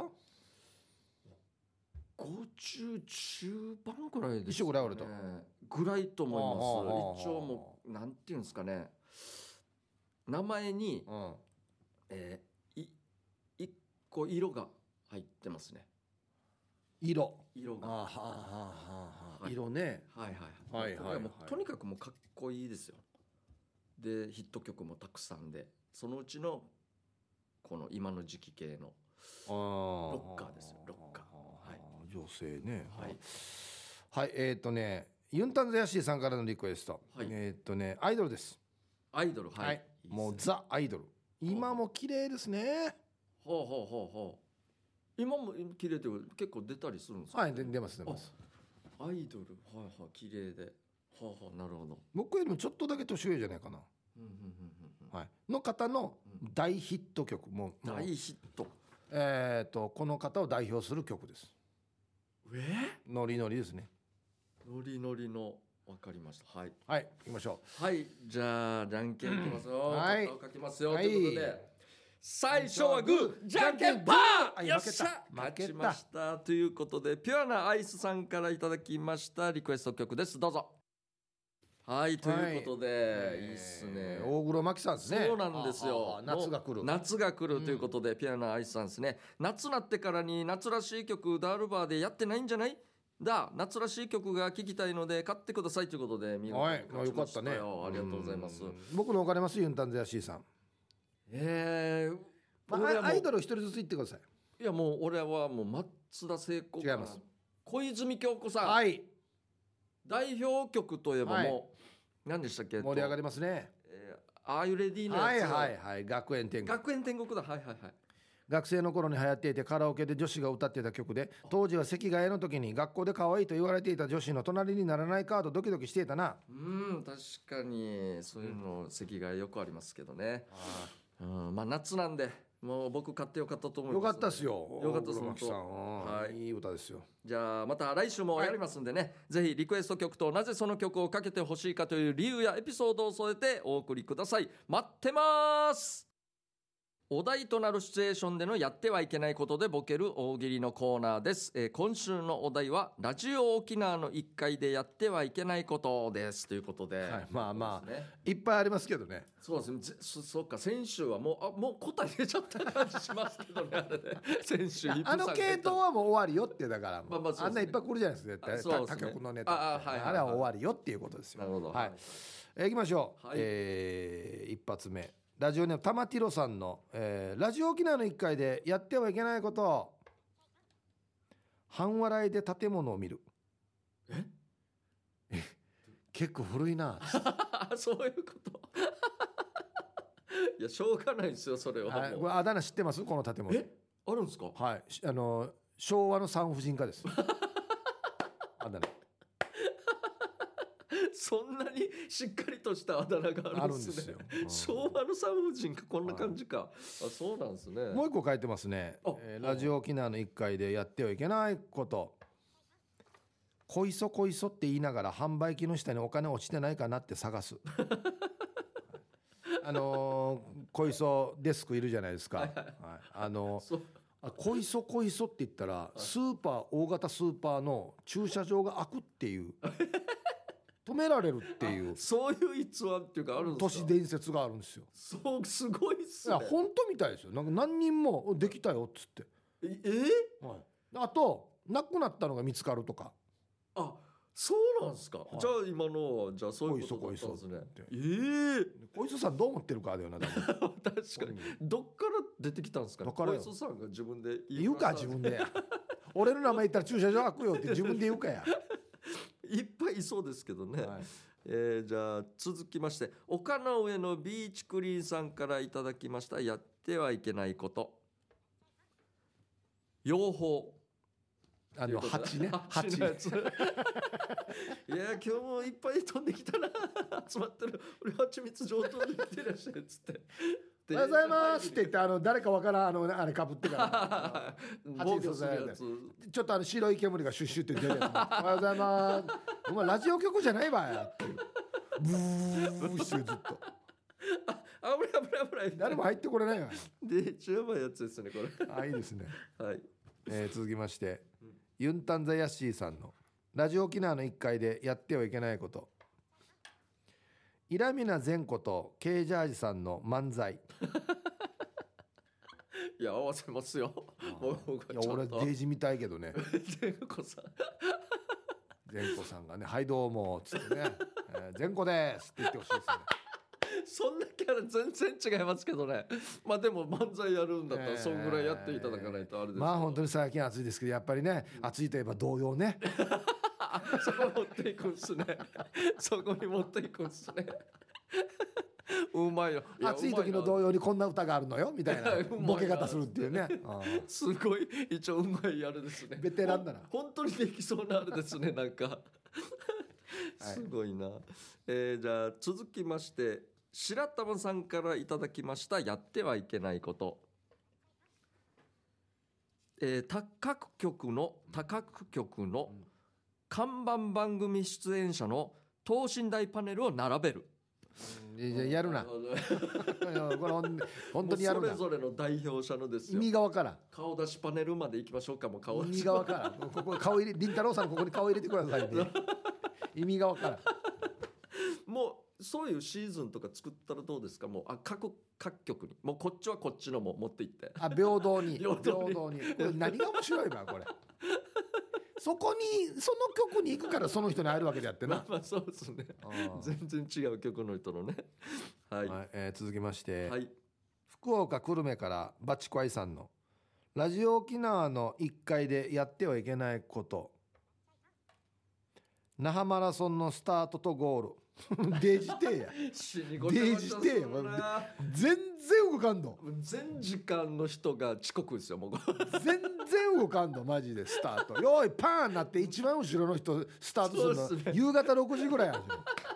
A: ごじゅう中盤ぐらいです、ね、
B: 一緒ぐらいおると
A: ぐらいと思います。
B: はあはあはあ
A: 一応もうなんていうんですかね、名前に、
B: うん
A: えー、い一個色が入ってますね。
B: 色
A: 色が
B: あはあはあはあ、
A: はい
B: 色ね
A: はいはい
B: はいはいはい
A: もうとにかくもうかっこいいですよ。でヒット曲もたくさんで、そのうちのこの今の時期系のロッカーですよ。ロッカー、はい、
B: 女性ね
A: はい
B: はいえっ、ー、とねユンタンザヤシーさんからのリクエスト、
A: はい、
B: えっ、ー、とねアイドルです。
A: アイドル、はい、
B: はい、
A: いいですね、
B: もうザアイドル今も綺麗ですね。
A: ほうほうほうほう。今も綺麗で結構出たりするんですか？
B: はい出ます出ます。
A: アイドルはいはい綺麗で、はあはあ、なるほど。
B: 僕よりもちょっとだけ年上じゃないかな、
A: うんうんうんうん、
B: はい、の方の大ヒット曲もう
A: 大ヒット、
B: えー、とこの方を代表する曲です。
A: え
B: ノリノリですね。
A: ノリノリのわかりました。はい
B: はい行きましょ
A: う。はいじゃあじゃんけんいきますよ、うん、
B: はい
A: 肩をかきますよ、
B: はい
A: ということで最初はグーじゃんけんパー、よっしゃ勝ちましたということで、ピュアなアイスさんからいただきましたリクエスト曲です。どうぞ。はいということで、はい、いいっすね。
B: 大黒摩季さんですね。
A: そうなんですよ。
B: 夏が来る
A: 夏が来るということで、うん、ピュアなアイスさんですね。夏なってからに夏らしい曲ダールバーでやってないんじゃないだ、夏らしい曲が聴きたいので買ってくださいということで、見事に勝ちましたよ。ありがとうございます。
B: 僕のお金ますユンタンザヤシーさん。
A: えー
B: まあ、アイドル一人ずつ言ってください。
A: いやもう俺はもう松田聖子、
B: 違います。
A: 小泉京子さん、
B: はい、
A: 代表曲といえばもう、はい、何でしたっけ、
B: 盛り上がりますね、
A: えー、Are You Ready のやつ、
B: はいはいはい、学園天国、
A: 学園天国だ、はいはいはい。
B: 学生の頃に流行っていてカラオケで女子が歌っていた曲で、当時は席替えの時に学校で可愛いと言われていた女子の隣にならないかとドキドキしていたな。
A: うん、確かにそういうの席替えよくありますけどね、うん、まあ夏なんでもう僕買ってよかったと思います。
B: よかったですよ。
A: よかったです
B: 本当。はい、いい歌ですよ。
A: じゃあまた来週もやりますんでね、はい、ぜひリクエスト曲となぜその曲をかけてほしいかという理由やエピソードを添えてお送りください。待ってます。お題となるシチュエーションでのやってはいけないことでボケる大喜利のコーナーです、えー、今週のお題はラジオ沖縄のいっかいでやってはいけないことですということで、はい、
B: まあまあ、ね、いっぱいありますけどね。
A: そうですね。そ, そっか先週はもうあもう答え出ちゃった感じしますけどね。あれね先週
B: あの系統はもう終わりよってだから、まあまあね、あんないっぱい来るじゃないですか。絶対、ね、他局のネタあ、あ、はいはいはい、あれは終わりよっていうことですよ。
A: なるほど。
B: はい。えー、いきましょう。はい、えー、一発目。ラジオネーム玉ティロさんの、えー、ラジオ沖縄のいっかいでやってはいけないこと、半笑いで建物を見る。
A: え
B: え結構古いな
A: そういうこといやしょうがないですよそれは。
B: はい、これあだ名知ってます？この建物。
A: えあるんですか？
B: はい、あの昭和の産婦人科ですあだ名
A: そんなにしっかりとしたあだ名があるんですね。あるんですよ、うん、昭和の産婦人科こんな感じか、はい、あそうなんですね。
B: もう一個書いてますね、えー、ラジオ沖縄のいっかいでやってはいけないこと、こいそこいそって言いながら販売機の下にお金落ちてないかなって探すあのー、こいそデスクいるじゃないですか、はいはいはい、あのーあこいそこいそって言ったらスーパー大型スーパーの駐車場が開くっていう止められるっていう
A: そういう逸話っていうかあるんですか？
B: 都市伝説があるんですよ。
A: そうすごいっすね。
B: いや本当みたいですよ。なんか何人もできたよっつって、
A: ええ、
B: はい、あと亡くなったのが見つかるとか。
A: あそうなんですか、はい、じゃあ今のはじゃあそういうことだったんですね。ええー、
B: 小磯さんどう思ってるかだよな確か
A: にどっから出てきたんですかね。小磯さんが自分で
B: 言うか自分で俺の名前言ったら駐車場開くよって自分で言うかや
A: いっぱいいそうですけどね、はい。えー、じゃあ続きまして丘の上のビーチクリーンさんからいただきました。やってはいけないこと、養蜂、
B: あの蜂ね蜂
A: のやついや今日もいっぱい飛んできたな集まってる俺蜂蜜上等で来てらっしゃいっつって
B: おはようございますって言ってあの誰かわからんあのあれかぶってから
A: 防御するやつ。
B: ちょっとあの白い煙がシュッシュって出るやつおはようございますお前ラジオ局じゃないわやっていうブーしてずっと
A: あ危ない危ない危ない
B: 誰も入ってこれないわ
A: で一番やばいやつですねこれ。
B: あいいですね、
A: はい
B: えー、続きまして、うん、ユンタンザヤッシーさんのラジオ沖縄のいっかいでやってはいけないこと。イラミナ善子とケイジャージさんの漫才
A: いや合わせますよ。
B: いや俺デージ見たいけどね
A: 善子さん
B: 善子さんがねはいどうもっつってね善子、えー、ですって言ってほしいですね
A: そんなキャラ全然違いますけどね。まあでも漫才やるんだったらそんぐらいやっていただかないとあれです、えー、
B: まあ本当に最近暑いですけどやっぱりね、うん、暑いといえば童謡ね
A: そこ持っていくんすねそこに持っていくんすねうまいよ。
B: い暑い時の童謡にこんな歌があるのよみたいなボケ方するっていうね
A: すごい一応うまいあれですね。
B: ベテランだな
A: 本当にできそうなあれですねなんかすごいな、はい、えー、じゃあ続きまして白玉さんからいただきましたやってはいけないこと、えー、各局の他各局の看板番組出演者の等身大パネルを並べる。
B: いややるなこれ本当にやるな。
A: それぞれの代表者のですよ。
B: 意味がわからん。
A: 顔出しパネルまで行きましょうか。もう顔出し
B: 意味がわからん。ここ顔入れりんたろーさんここに顔入れてくださいね意味がわからん。
A: もうそういうシーズンとか作ったらどうですか。もうあ各各局にもうこっちはこっちのも持っていって
B: あ平等に
A: 平等に
B: 平等にこれ何が面白いばこれそこにその曲に行くからその人に会えるわけであってな。
A: まあまあそうですね。全然違う曲の人のね。はい、はい、
B: えー、続きまして、
A: はい、
B: 福岡久留米からバチコアイさんのラジオ沖縄のいっかいでやってはいけないこと。那覇マラソンのスタートとゴールデージテーやデージテーや全然動かんの。
A: 全時間の人が遅刻ですよもう
B: 全然動かんのマジで。スタートよーいパーンなって一番後ろの人スタートするの、ね、夕方ろくじぐらいある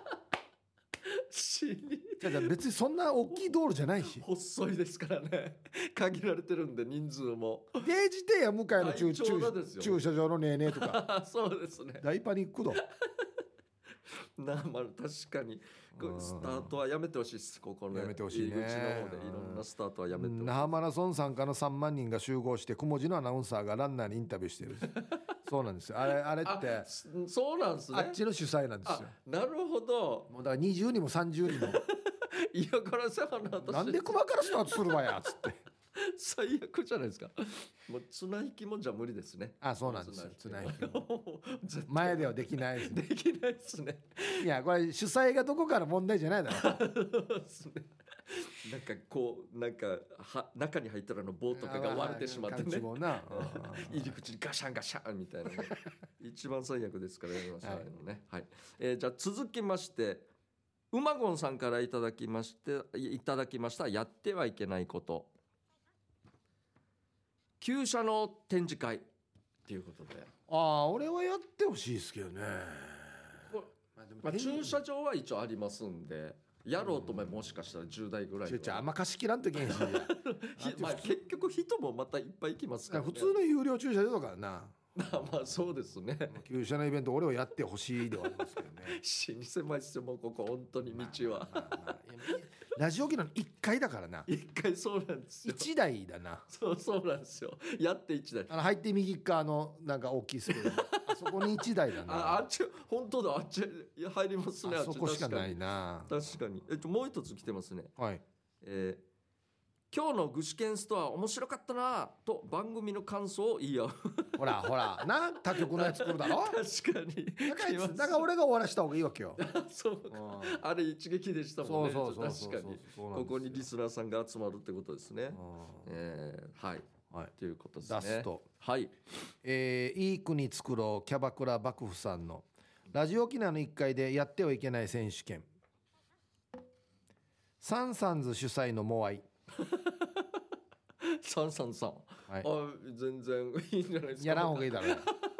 B: じゃん別にそんな大きい道路じゃないし
A: 細いですからね限られてるんで人数も。
B: デージテーや向かいの 駐, 駐, 駐車場のねえねえとか
A: そうですね
B: 大パニック度
A: なあまあ確かにスタートはやめてほしいです。ここね
B: やめてほしいね。
A: 入り口の方でいろんなスタートはやめてほしい。
B: 那覇マラソン参加のさんまんにんが集合して小文字のアナウンサーがランナーにインタビューしてるそうなんですよ。あれあれって
A: そうなんですね。
B: あっちの主催なんですよ。
A: なるほど。
B: もうだからにじゅうにんもさんじゅうにんも
A: いやからさ
B: なんで熊からスタートするわやっつって
A: 最悪じゃないですか。もう綱引きもじゃ無理ですね。
B: あ、そうなんですよ。綱引きも前ではできないです
A: ね。できないですね。
B: いやこれ主催がどこから問題じゃないだろ
A: なんかこうなんかは中に入ったらの棒とかが割れてしまってね入り口にガシャンガシャンみたいな、ね、一番最悪ですからやりましょう、はいねはいえー、じゃあ続きましてうまごんさんからいただきましていただきましたやってはいけないこと。旧車の展示会っていうことで。
B: ああ俺はやってほしいですけどね。
A: まあ、駐車場は一応ありますんでやろうとももしかしたらじゅうだいぐらい
B: あんま貸し切らんといけんし
A: まあ結局人もまたいっぱい行きますから、ね、
B: 普通の有料駐車場だからな
A: まあそうですね。
B: 旧車のイベント俺はやってほしいではありますけどね
A: 死に狭いっすよもうここ本当に道は、まあまあまあ、
B: ラジオ機能いっかいだからな。
A: いっかいそうなんですよ。
B: いちだいだな。
A: そうそうなんですよ。やっていちだい。
B: あの入って右側のなんか大きいスペースあそこにいちだいだな。
A: あ, あっち本当だあっち入りますね。
B: あそこしかないな。
A: 確かに。えっともう一つ来てますね。
B: はい。
A: えー今日の具志堅ストア面白かったなと番組の感想を言い合う
B: ほらほらな他局のやつ来るだろ
A: 確かに
B: だから俺が終わらした方がいいわけよ
A: そうあれ一撃でしたもんね。確かにここにリスナーさんが集まるってことですね、えー、はい、はい、ということですね。
B: ラスト
A: はい、
B: えー、いい国作ろうキャバクラ幕府さんのラジオ沖縄のいっかいでやってはいけない選手権サンサンズ主催のモアイ
A: サンサンさん、はい、あ全然いいんじゃないですか。
B: やらんほうがいいだろう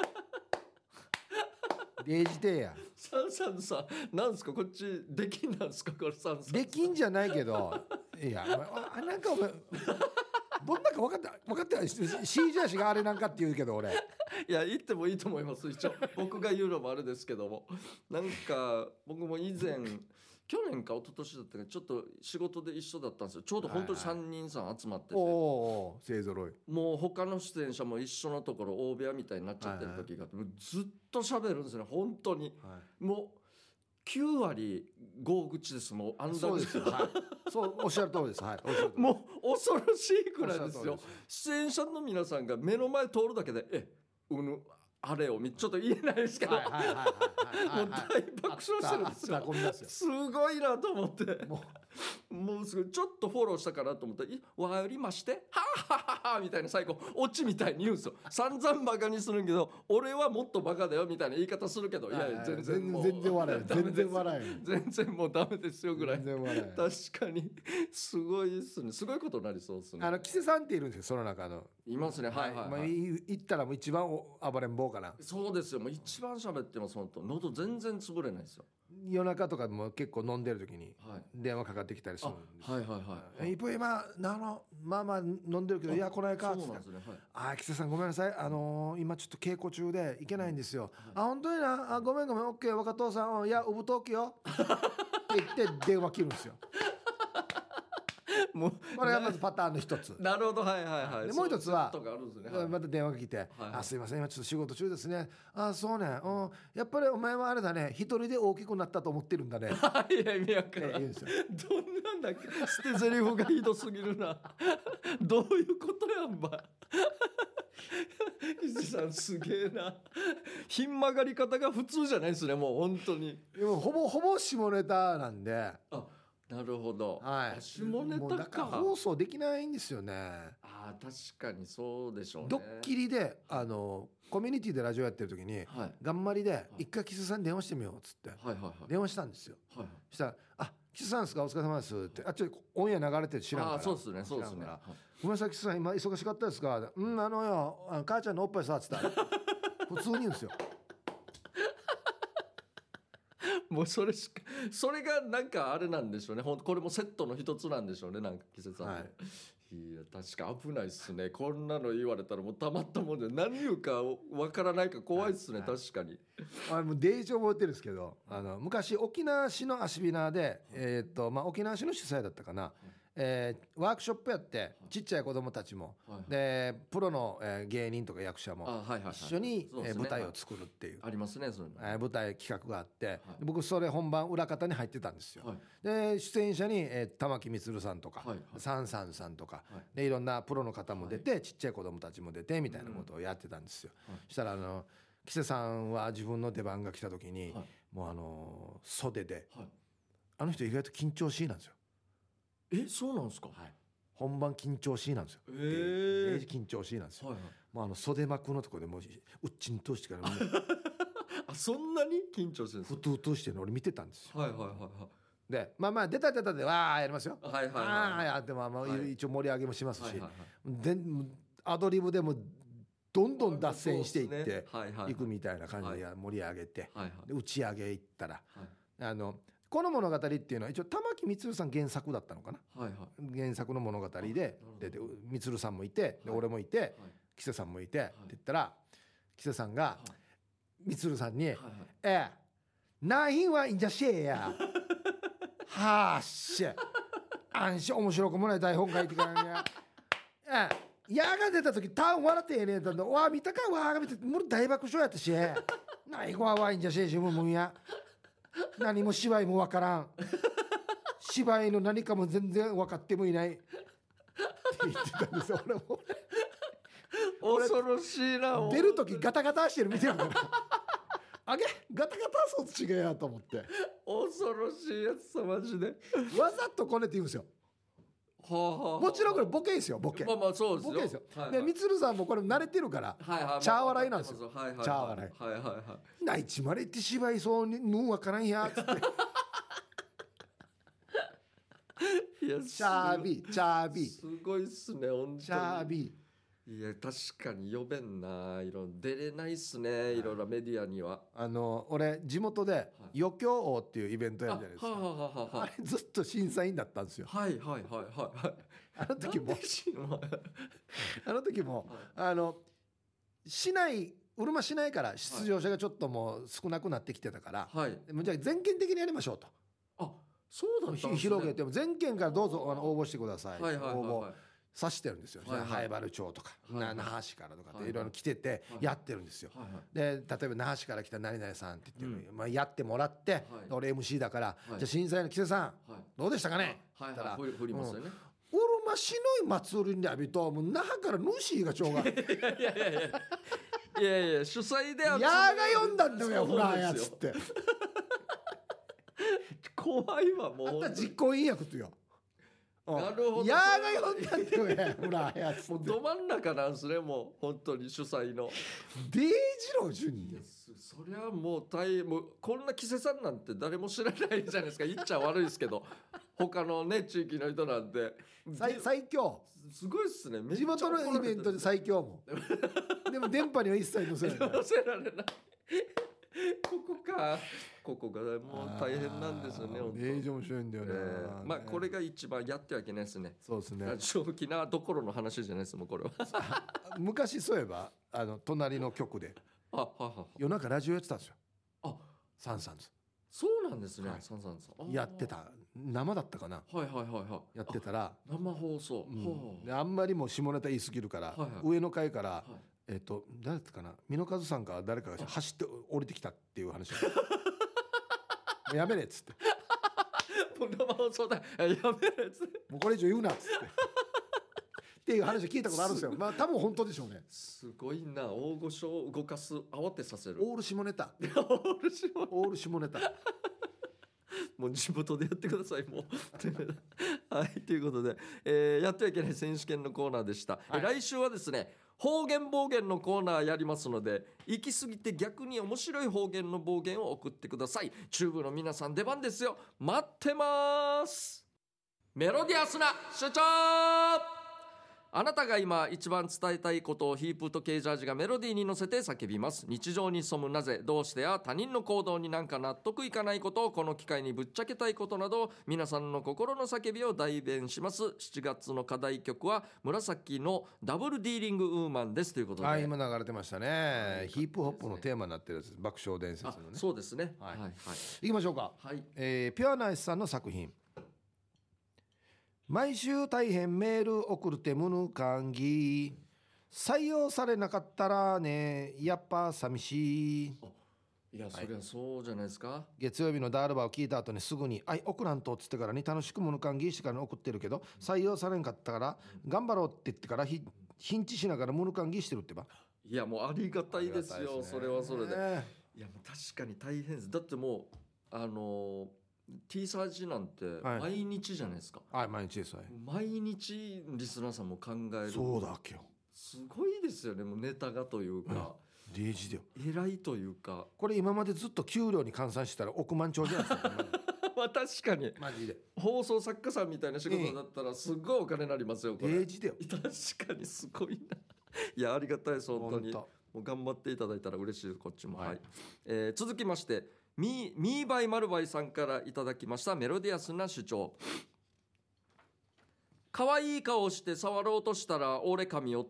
B: デージテーや
A: サンサンさんなんですかこっちできんなんですかこれサンサン
B: できんじゃないけどいやお前なんかお前どんなんか分かった分かってない シージェー 氏があれなんかって言うけど俺
A: いや言ってもいいと思います一応僕が言うのもあれですけどもなんか僕も以前去年か一昨年だったかちょっと仕事で一緒だったんですよ。ちょうど本当にさんにんさん集まってて、
B: おお勢ぞろい
A: もう他の出演者も一緒のところ大部屋みたいになっちゃってる時があって、もうずっと喋るんですね本当に、
B: は
A: もうきゅう割合口ですもうあん
B: い、
A: だ
B: そうですよ、はい、そうおっしゃる通りです、はい、おっしゃる通り
A: もう恐ろしいくらいですよ
B: おっしゃる通りです
A: 出演者の皆さんが目の前通るだけでえうぬあれをちょっと言えないですけど、
B: はいはいはいはいはい
A: もう大爆笑してるんですよ。
B: あったあったこんなですよ
A: すごいなと思って
B: も
A: もうすごいちょっとフォローしたかなと思ったらい「わよりましてはあはあはあ」みたいな最後オチみたいに言うんですよ。散々バカにするけど俺はもっとバカだよみたいな言い方するけどいやいや全然もう
B: 全然笑えない
A: ダメです
B: 全然笑えない
A: 全然もうダメですよぐらい
B: 全然笑えない
A: 確かにすごいですね。すごいことになりそうですね。
B: あのキセさんっているんですよその中の、
A: いますねはいはい、
B: まあ、
A: はい
B: い言ったらもう一番お暴れん坊かな。
A: そうですよもう一番喋ってます本当喉全然潰れないですよ。
B: 夜中とかも結構飲んでる時に
A: はい
B: 電話かかってきたりするんですよ。
A: はいはいはい
B: え一方今あのまあまあ飲んでるけどいや来ないかっつって
A: そうなんですねはい
B: あー、キセさんごめんなさい。あのー今ちょっと稽古中で行けないんですよ。あ、本当にな。あ、ごめんごめん。オッケー、若藤さん。うんいや、うぶとうきよ。って言って電話切るんですよ。
A: もう
B: これがまずパターンの一つ。
A: なるほどはいはいはい。
B: でもう一つは
A: そういうことがあるんですねはい
B: また電話が来て、
A: はい
B: あ、すいません、今ちょっと仕事中ですね。あ、そうね。うん、やっぱりお前はあれだね。一人で大きくなったと思ってるんだね。って
A: いや意味わからん
B: 言うんですよ。
A: どんなんだっけ捨て台詞がひどすぎるなどういうことやんば石さんすげえなひん曲がり方が普通じゃないですねもう本当に。
B: でもほぼほぼ下ネタなんで。
A: あなるほど、
B: はい。
A: 下ネ
B: もうだから
A: タか
B: 放送できないんですよね。
A: あ確かにそうでしょうね。
B: ドッキリであのコミュニティでラジオやってる時に、
A: はい
B: 頑張りで一回キスさんに電話してみようっつって
A: はいはいはい
B: 電話したんですよ。
A: はい
B: そしたら「あキスさんですかお疲れ様です」って「あちょっとオンエア流れてる知らんから」
A: あそうですねそうですね
B: 知らんからごめんなさいキスさん今忙しかったですか?」うんあのよあの母ちゃんのおっぱいさ」っつったら普通に言うんですよ。
A: もうそれしかそれがなんかあれなんでしょうねほんこれもセットの一つなんでしょうねなんか季節さんの、
B: はい
A: いや確か危ないっすねこんなの言われたらもうたまったもんで何言うかわからないか怖いっすね、
B: はいはい
A: 確かに
B: あもうデージ覚えてるんですけどあの昔沖縄市のアシビナーで、えーっとまあ、沖縄市の主催だったかな、えーワークショップやってちっちゃい子供たちも、
A: はい
B: でプロの、えー芸人とか役者も
A: あはいはいはい
B: 一緒に、
A: そうですね
B: えー舞台を作るっていう、
A: ありますねそういうの
B: えー舞台企画があって、僕それ本番裏方に入ってたんですよ。
A: はい
B: で出演者に、えー玉木充さんとか、
A: はいはい
B: サンサンさんとか、
A: はい
B: でいろんなプロの方も出て、ちっちゃい子供たちも出てみたいなことをやってたんですよ。
A: はい
B: そしたらあのキセさんは自分の出番が来た時に、
A: はい
B: もうあの袖で
A: はい
B: あの人意外と緊張しいなんですよ。
A: えそうなんですか
B: はい、本番緊張しいなんですよ。
A: えー
B: デージ緊張しいなんですよ。
A: はいはい
B: もうあの袖幕のところでもううっちんとしてからもう
A: あそんなに緊張してるんです
B: ふとふとしてるの俺見てたんですよ。
A: はいはいはい
B: でまあまあ出た出たでわーやりますよ。
A: はいはいはいはい
B: ああやってまあまあ
A: はい
B: 一応盛り上げもしますし、
A: はいはいはい
B: でアドリブでもどんどん脱線していっ
A: そうです
B: て
A: ねはいはい
B: いくみたいな感じで盛り上げて、
A: はいはい
B: で打ち上げ行ったら
A: はい
B: あのこの物語っていうのは一応玉木充さん原作だったのかな。
A: はいはい
B: 原作の物語で
A: なる
B: でで充さんもいてで
A: はい
B: 俺もいて
A: はい
B: キセさんもいてって言ったらキセさんが充さんに
A: はいはい
B: 「ええないんはいいんじゃしえや」はあっしあんし面白くもない台本書いてからにゃええ矢が出た時ターン笑ってええねんだんだわあ見たかわあが見てもう大爆笑やったしないこはわいんじゃしえしももんや何も芝居もわからん芝居の何かも全然分かってもいないって言ってたんですよ。俺も
A: 恐ろしいな
B: 出る時ガタガタしてる見てるからあげガタガタそっちがやと思って
A: 恐ろしいやつさマジで
B: わざとこねって言うんですよ。
A: はあはあ
B: もちろんこれボケですよボケ
A: まあまあそうですよ
B: ボケですよ。
A: はいはい
B: でみつるさんもこれ慣れてるから
A: はいはい
B: チャー笑いなんですよ
A: はいはいはい
B: チャー笑い
A: はいはいは
B: ないちまれって芝居そうにぬんわからんやつって
A: いいや
B: チャービーチャービー
A: すごいっすね本当に
B: チャービー
A: いいや確かに呼べんな、いろ出れないっすね、いろいろメディアには。
B: あの俺地元で余興王っていうイベントやるじゃないですか、
A: ははははは
B: あれずっと審査員だったんですよ。
A: はいはいはいはいはい。
B: あの時も
A: なんでしんの
B: あの時も
A: はい
B: あの市内うるま市内から出場者がちょっともう少なくなってきてたから、
A: はい。
B: もうじゃあ全県的にやりましょうと、
A: あ、そうだったんですね。
B: ひ広げても全県からどうぞあの応募してください、
A: はいはいはい
B: 応募
A: はい。
B: さしてるんですよ、
A: はいはい
B: じゃあ灰原町とか、
A: はいはい
B: な那覇市からとかっ
A: はいはい
B: ていろいろ来てて
A: はい
B: やってるんですよ。
A: はいはい。
B: で例えば那覇市から来た何々さんって言って、
A: う
B: まあ、やってもらって、
A: はい
B: 俺 エムシー だから、
A: い
B: じゃあ審査員の木瀬さん
A: はい。
B: どうでしたかね、
A: はい
B: たら
A: はい。振り振りますよね。
B: うるま市の祭りに浴びともう那覇からヌシーがちょうが
A: いやいやいやいや。いやいや主催で
B: やーが呼んだんだよフラーやつって
A: 怖いわもう
B: あんた
A: 本当に。
B: 実行委員やことよ。
A: なるほど
B: やーが呼んだんだよねフラーやつって
A: もうど真ん中なんすね、もう本当に主催の。
B: デイジロー順に
A: いやそそりゃもう大変、もうこんな木瀬さんなんて誰も知らないじゃないですか。言っちゃ悪いですけど他のね地域の人なんて
B: 最最強
A: すごいっすね。めっちゃ
B: 地元のイベントで最強もでも電波には一切載せない
A: 乗せられないここか、ここがもう大変なんですよね本当。
B: デイジ面白いんだよね、
A: えーまあこれが一番やってはいけないですね。
B: そうですね
A: 正気などころの話じゃないですもうこれは。
B: 昔そういえばあの隣の局で
A: あはいはいはい。
B: 夜中ラジオやってたんですよ。
A: あ
B: サンサンズ
A: そうなんですね。
B: はい
A: サンサンさんあー
B: やってた生だったかな
A: はいはいはいはい
B: やってたら、
A: あ生放送、
B: うん
A: ほう
B: であんまりもう下ネタ言い過ぎるから、
A: はいはい
B: 上の階から、
A: はい
B: えっ、と誰だったかな美濃和さんか誰かが走って降りてきたっていう話もうやめれっつって
A: もう生放送だやめるやつ。
B: もうこれ以上言うなっつってっていう話を聞いたことあるんですよ。まあ多分本当でしょうね。
A: すごいな、大御所を動かす、慌てさせる。
B: オール下ネタ
A: オールしも
B: オール下ネタ
A: もう地元でやってくださいもうはいということで、えーやってはいけない選手権のコーナーでした、
B: はい
A: え来週はですね方言暴言のコーナーやりますので、行き過ぎて逆に面白い方言の暴言を送ってください。チューブの皆さん出番ですよ、待ってます。メロディアスな主張、あなたが今一番伝えたいことをヒープとケージャージがメロディーに乗せて叫びます。日常に潜むなぜ、どうしてや他人の行動になんか納得いかないことをこの機会にぶっちゃけたいことなど、皆さんの心の叫びを代弁します。しちがつの課題曲は紫のダブルディーリングウーマンですということで、
B: あ今流れてましたね、
A: はい
B: ヒップホップのテーマになってるやつ爆笑伝説の
A: あ
B: ね。
A: そうですね、
B: はい
A: はいはい
B: いきましょうか、
A: はい
B: えーピュアナイスさんの作品。毎週大変メール送るてむぬかんぎ、採用されなかったらねやっぱ寂しい。
A: いやそりゃそうじゃないですか、
B: 月曜日のダールバーを聞いた後にすぐに「あい送らんと」っつってからに楽しくむぬかんぎしてから送ってるけど、採用されんかったから頑張ろうって言ってからひヒンチしながらむぬかんぎしてるってば。
A: いやもうありがたいですよ、
B: ありがたいですね
A: それはそれで。
B: ね
A: いやもう確かに大変です。だってもうあのー T サージなんて
B: はい
A: 毎日じゃないですか、
B: はい毎日ですはい
A: 毎日リスナーさんも考える。
B: そうだっけよ
A: すごいですよね、もうネタがというか、
B: デイジだよ
A: 偉いというか
B: これ今までずっと給料に換算したら億万長者なんですよ
A: まあ確かに
B: マジで
A: 放送作家さんみたいな仕事だったらすごいお金になりますよこれ。
B: デイジだよ
A: 確かにすごいな。いやありがたいです本当に。
B: ほんと
A: もう頑張っていただいたら嬉しいですこっちも。
B: はい
A: はい、えー続きましてミーミーバイマルバイさんからいただきましたメロディアスな主張。可愛い顔して触ろうとしたら俺噛み寄った。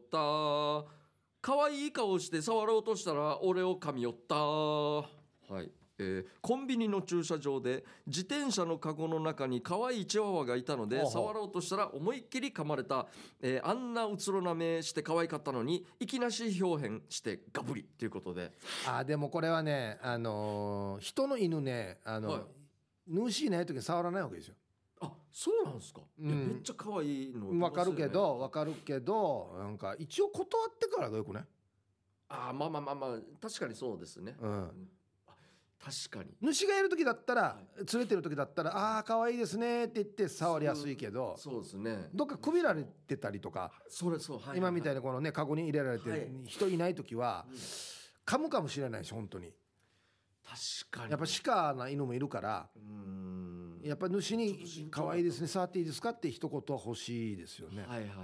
A: 可愛い顔して触ろうとしたら俺を噛み寄った。はいえーコンビニの駐車場で自転車のカゴの中に可愛いチワワがいたので
B: ほうほう
A: 触ろうとしたら思いっきり噛まれた、えーあんなうつろな目して可愛かったのにいきなし表変してガブリということで、
B: あでもこれはねあのー人の犬ねあの、
A: はい
B: ヌーシーない時に触らないわけですよ。
A: あそうなんですか、
B: うん
A: いやめっちゃ可愛いの
B: わかるけどわ
A: る
B: かるけどなんか一応断ってからがよくね。
A: あまあまあまあまあ確かにそうですね、
B: うん
A: あ確かに
B: 主がいる時だったら、
A: は
B: 連れてる時だったらああ可愛いですねって言って触りやすいけど
A: そうですね
B: どっかくびられてたりとか、
A: それそう、はい、
B: 今みたい
A: な、
B: にこのねカゴに入れられて、
A: はい
B: 人いない時は
A: うん
B: 噛むかもしれないし本当に
A: 確かに
B: やっぱシカな犬もいるから
A: うーん
B: やっぱ主に
A: ちょっと慎重
B: 可愛いですね触っていいですかって一言は欲しいですよね。
A: はいはい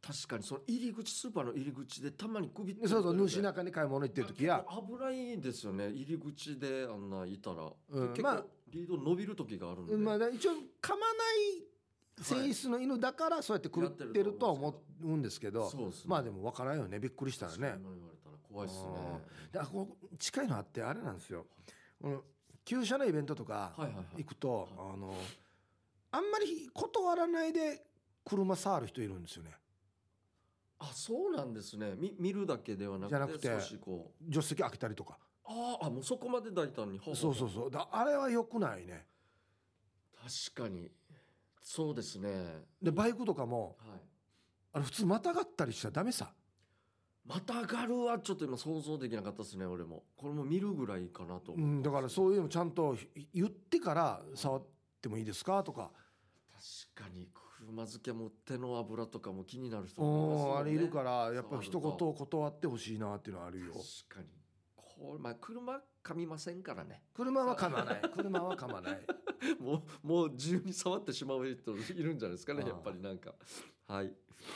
A: 確かにその入り口スーパーの入り口でたまに首って
B: そうそう主中に買い物行ってる時や
A: 危ないですよね。入り口であんないたら、
B: うん
A: 結構
B: まあ
A: リード伸びる時があるんで、
B: まあ、一応噛まない性質の犬だからそうやって狂ってるとは思うんですけど、
A: そうですね。
B: まあでも分からんよねびっくりしたらね。
A: そんな言われたら怖いですね。
B: だからこう近いのあってあれなんですよ、この旧車のイベントとか
A: はいはいはい
B: 行くと、
A: はい
B: あのあんまり断らないで車触る人いるんですよね。
A: あ、そうなんですね。み見るだけではなくて、
B: じゃなくて
A: 少しこう、
B: 助手席開けたりとか。
A: あーあ、もうそこまで大胆に。ほほ
B: そうそうそうだあれは良くないね。
A: 確かにそうですね。
B: でバイクとかも
A: はい。
B: あれ普通またがったりしちゃダメさ。
A: またがるはちょっと今想像できなかったですね。俺もこれも見るぐらいかなと思う、
B: うん、だからそういうのもちゃんと言ってから触ってもいいですかとか。
A: 確かに車漬けも手の油とかも気になる人
B: う
A: もいますよね。
B: んあれいるからやっぱ一言
A: 触ると
B: 断ってほしいなっていうのはあるよ。
A: 確かにこれ、まあ、車噛みませんからね。
B: 車は噛まない車は噛まない
A: もうもう自由に触ってしまう人いるんじゃないですかね。
B: ああ
A: やっぱりなんかはい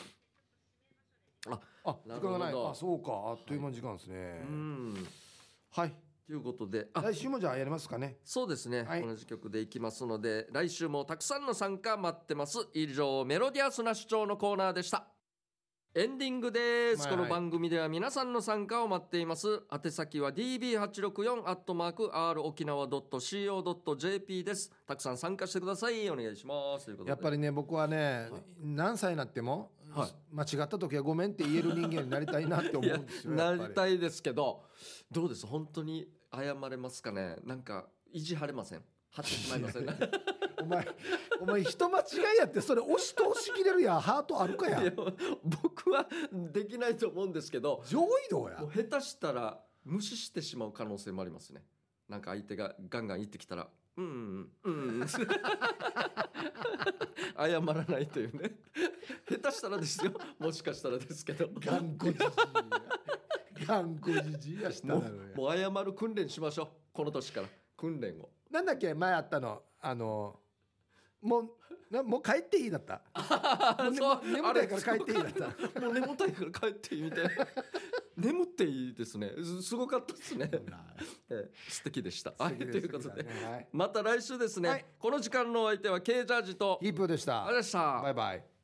B: あ時
A: なるほど
B: 間がないあそうかあっという間の時間ですね。
A: うん
B: はい
A: ということで、あ
B: 来週もじゃあやりますかね。
A: そうですね、
B: はい
A: 同じ曲でいきますので来週もたくさんの参加待ってます。以上メロディアスな主張のコーナーでした。エンディングです、
B: はいはい
A: この番組では皆さんの参加を待っています。宛先は ディービーはちろくよん アットマーク アール 沖縄 ドット シーオー ドット ジェーピー です。たくさん参加してください。お願いしますということで、
B: やっぱりね僕はね、
A: はい
B: 何歳になっても、
A: はい
B: 間違った時はごめんって言える人間になりたいなって思うんですよ。
A: な
B: やっぱり
A: りたいですけど、どうです本当に謝れますかね。なんか意地張れません。張ってしまいませんね
B: お前お前人間違いやってそれ押し通しきれるやハートあるかや
A: いや僕はできないと思うんですけど、
B: 上位道や
A: もう下手したら無視してしまう可能性もありますね。なんか相手がガンガン言ってきたらうんうんうんうん謝らないというね。下手したらですよ、もしかしたらですけど、
B: 頑固じじい頑固じじいやしただ
A: も
B: ろうや
A: うもう謝る訓練しましょう。この年から訓練を。
B: なんだっけ前あったのあのもうなもう帰っていいだったもうね
A: そう
B: 眠たいから帰っていいだった
A: たもう眠たいから帰っていいみたいな眠っていいですね。すすごかったですね、えー素敵でした。はい、ということで、
B: はい、
A: また来週ですね、
B: はい
A: この時間のお相手は K ジャージと
B: ヒープーでした。
A: ありがとうございました。
B: バイバイ。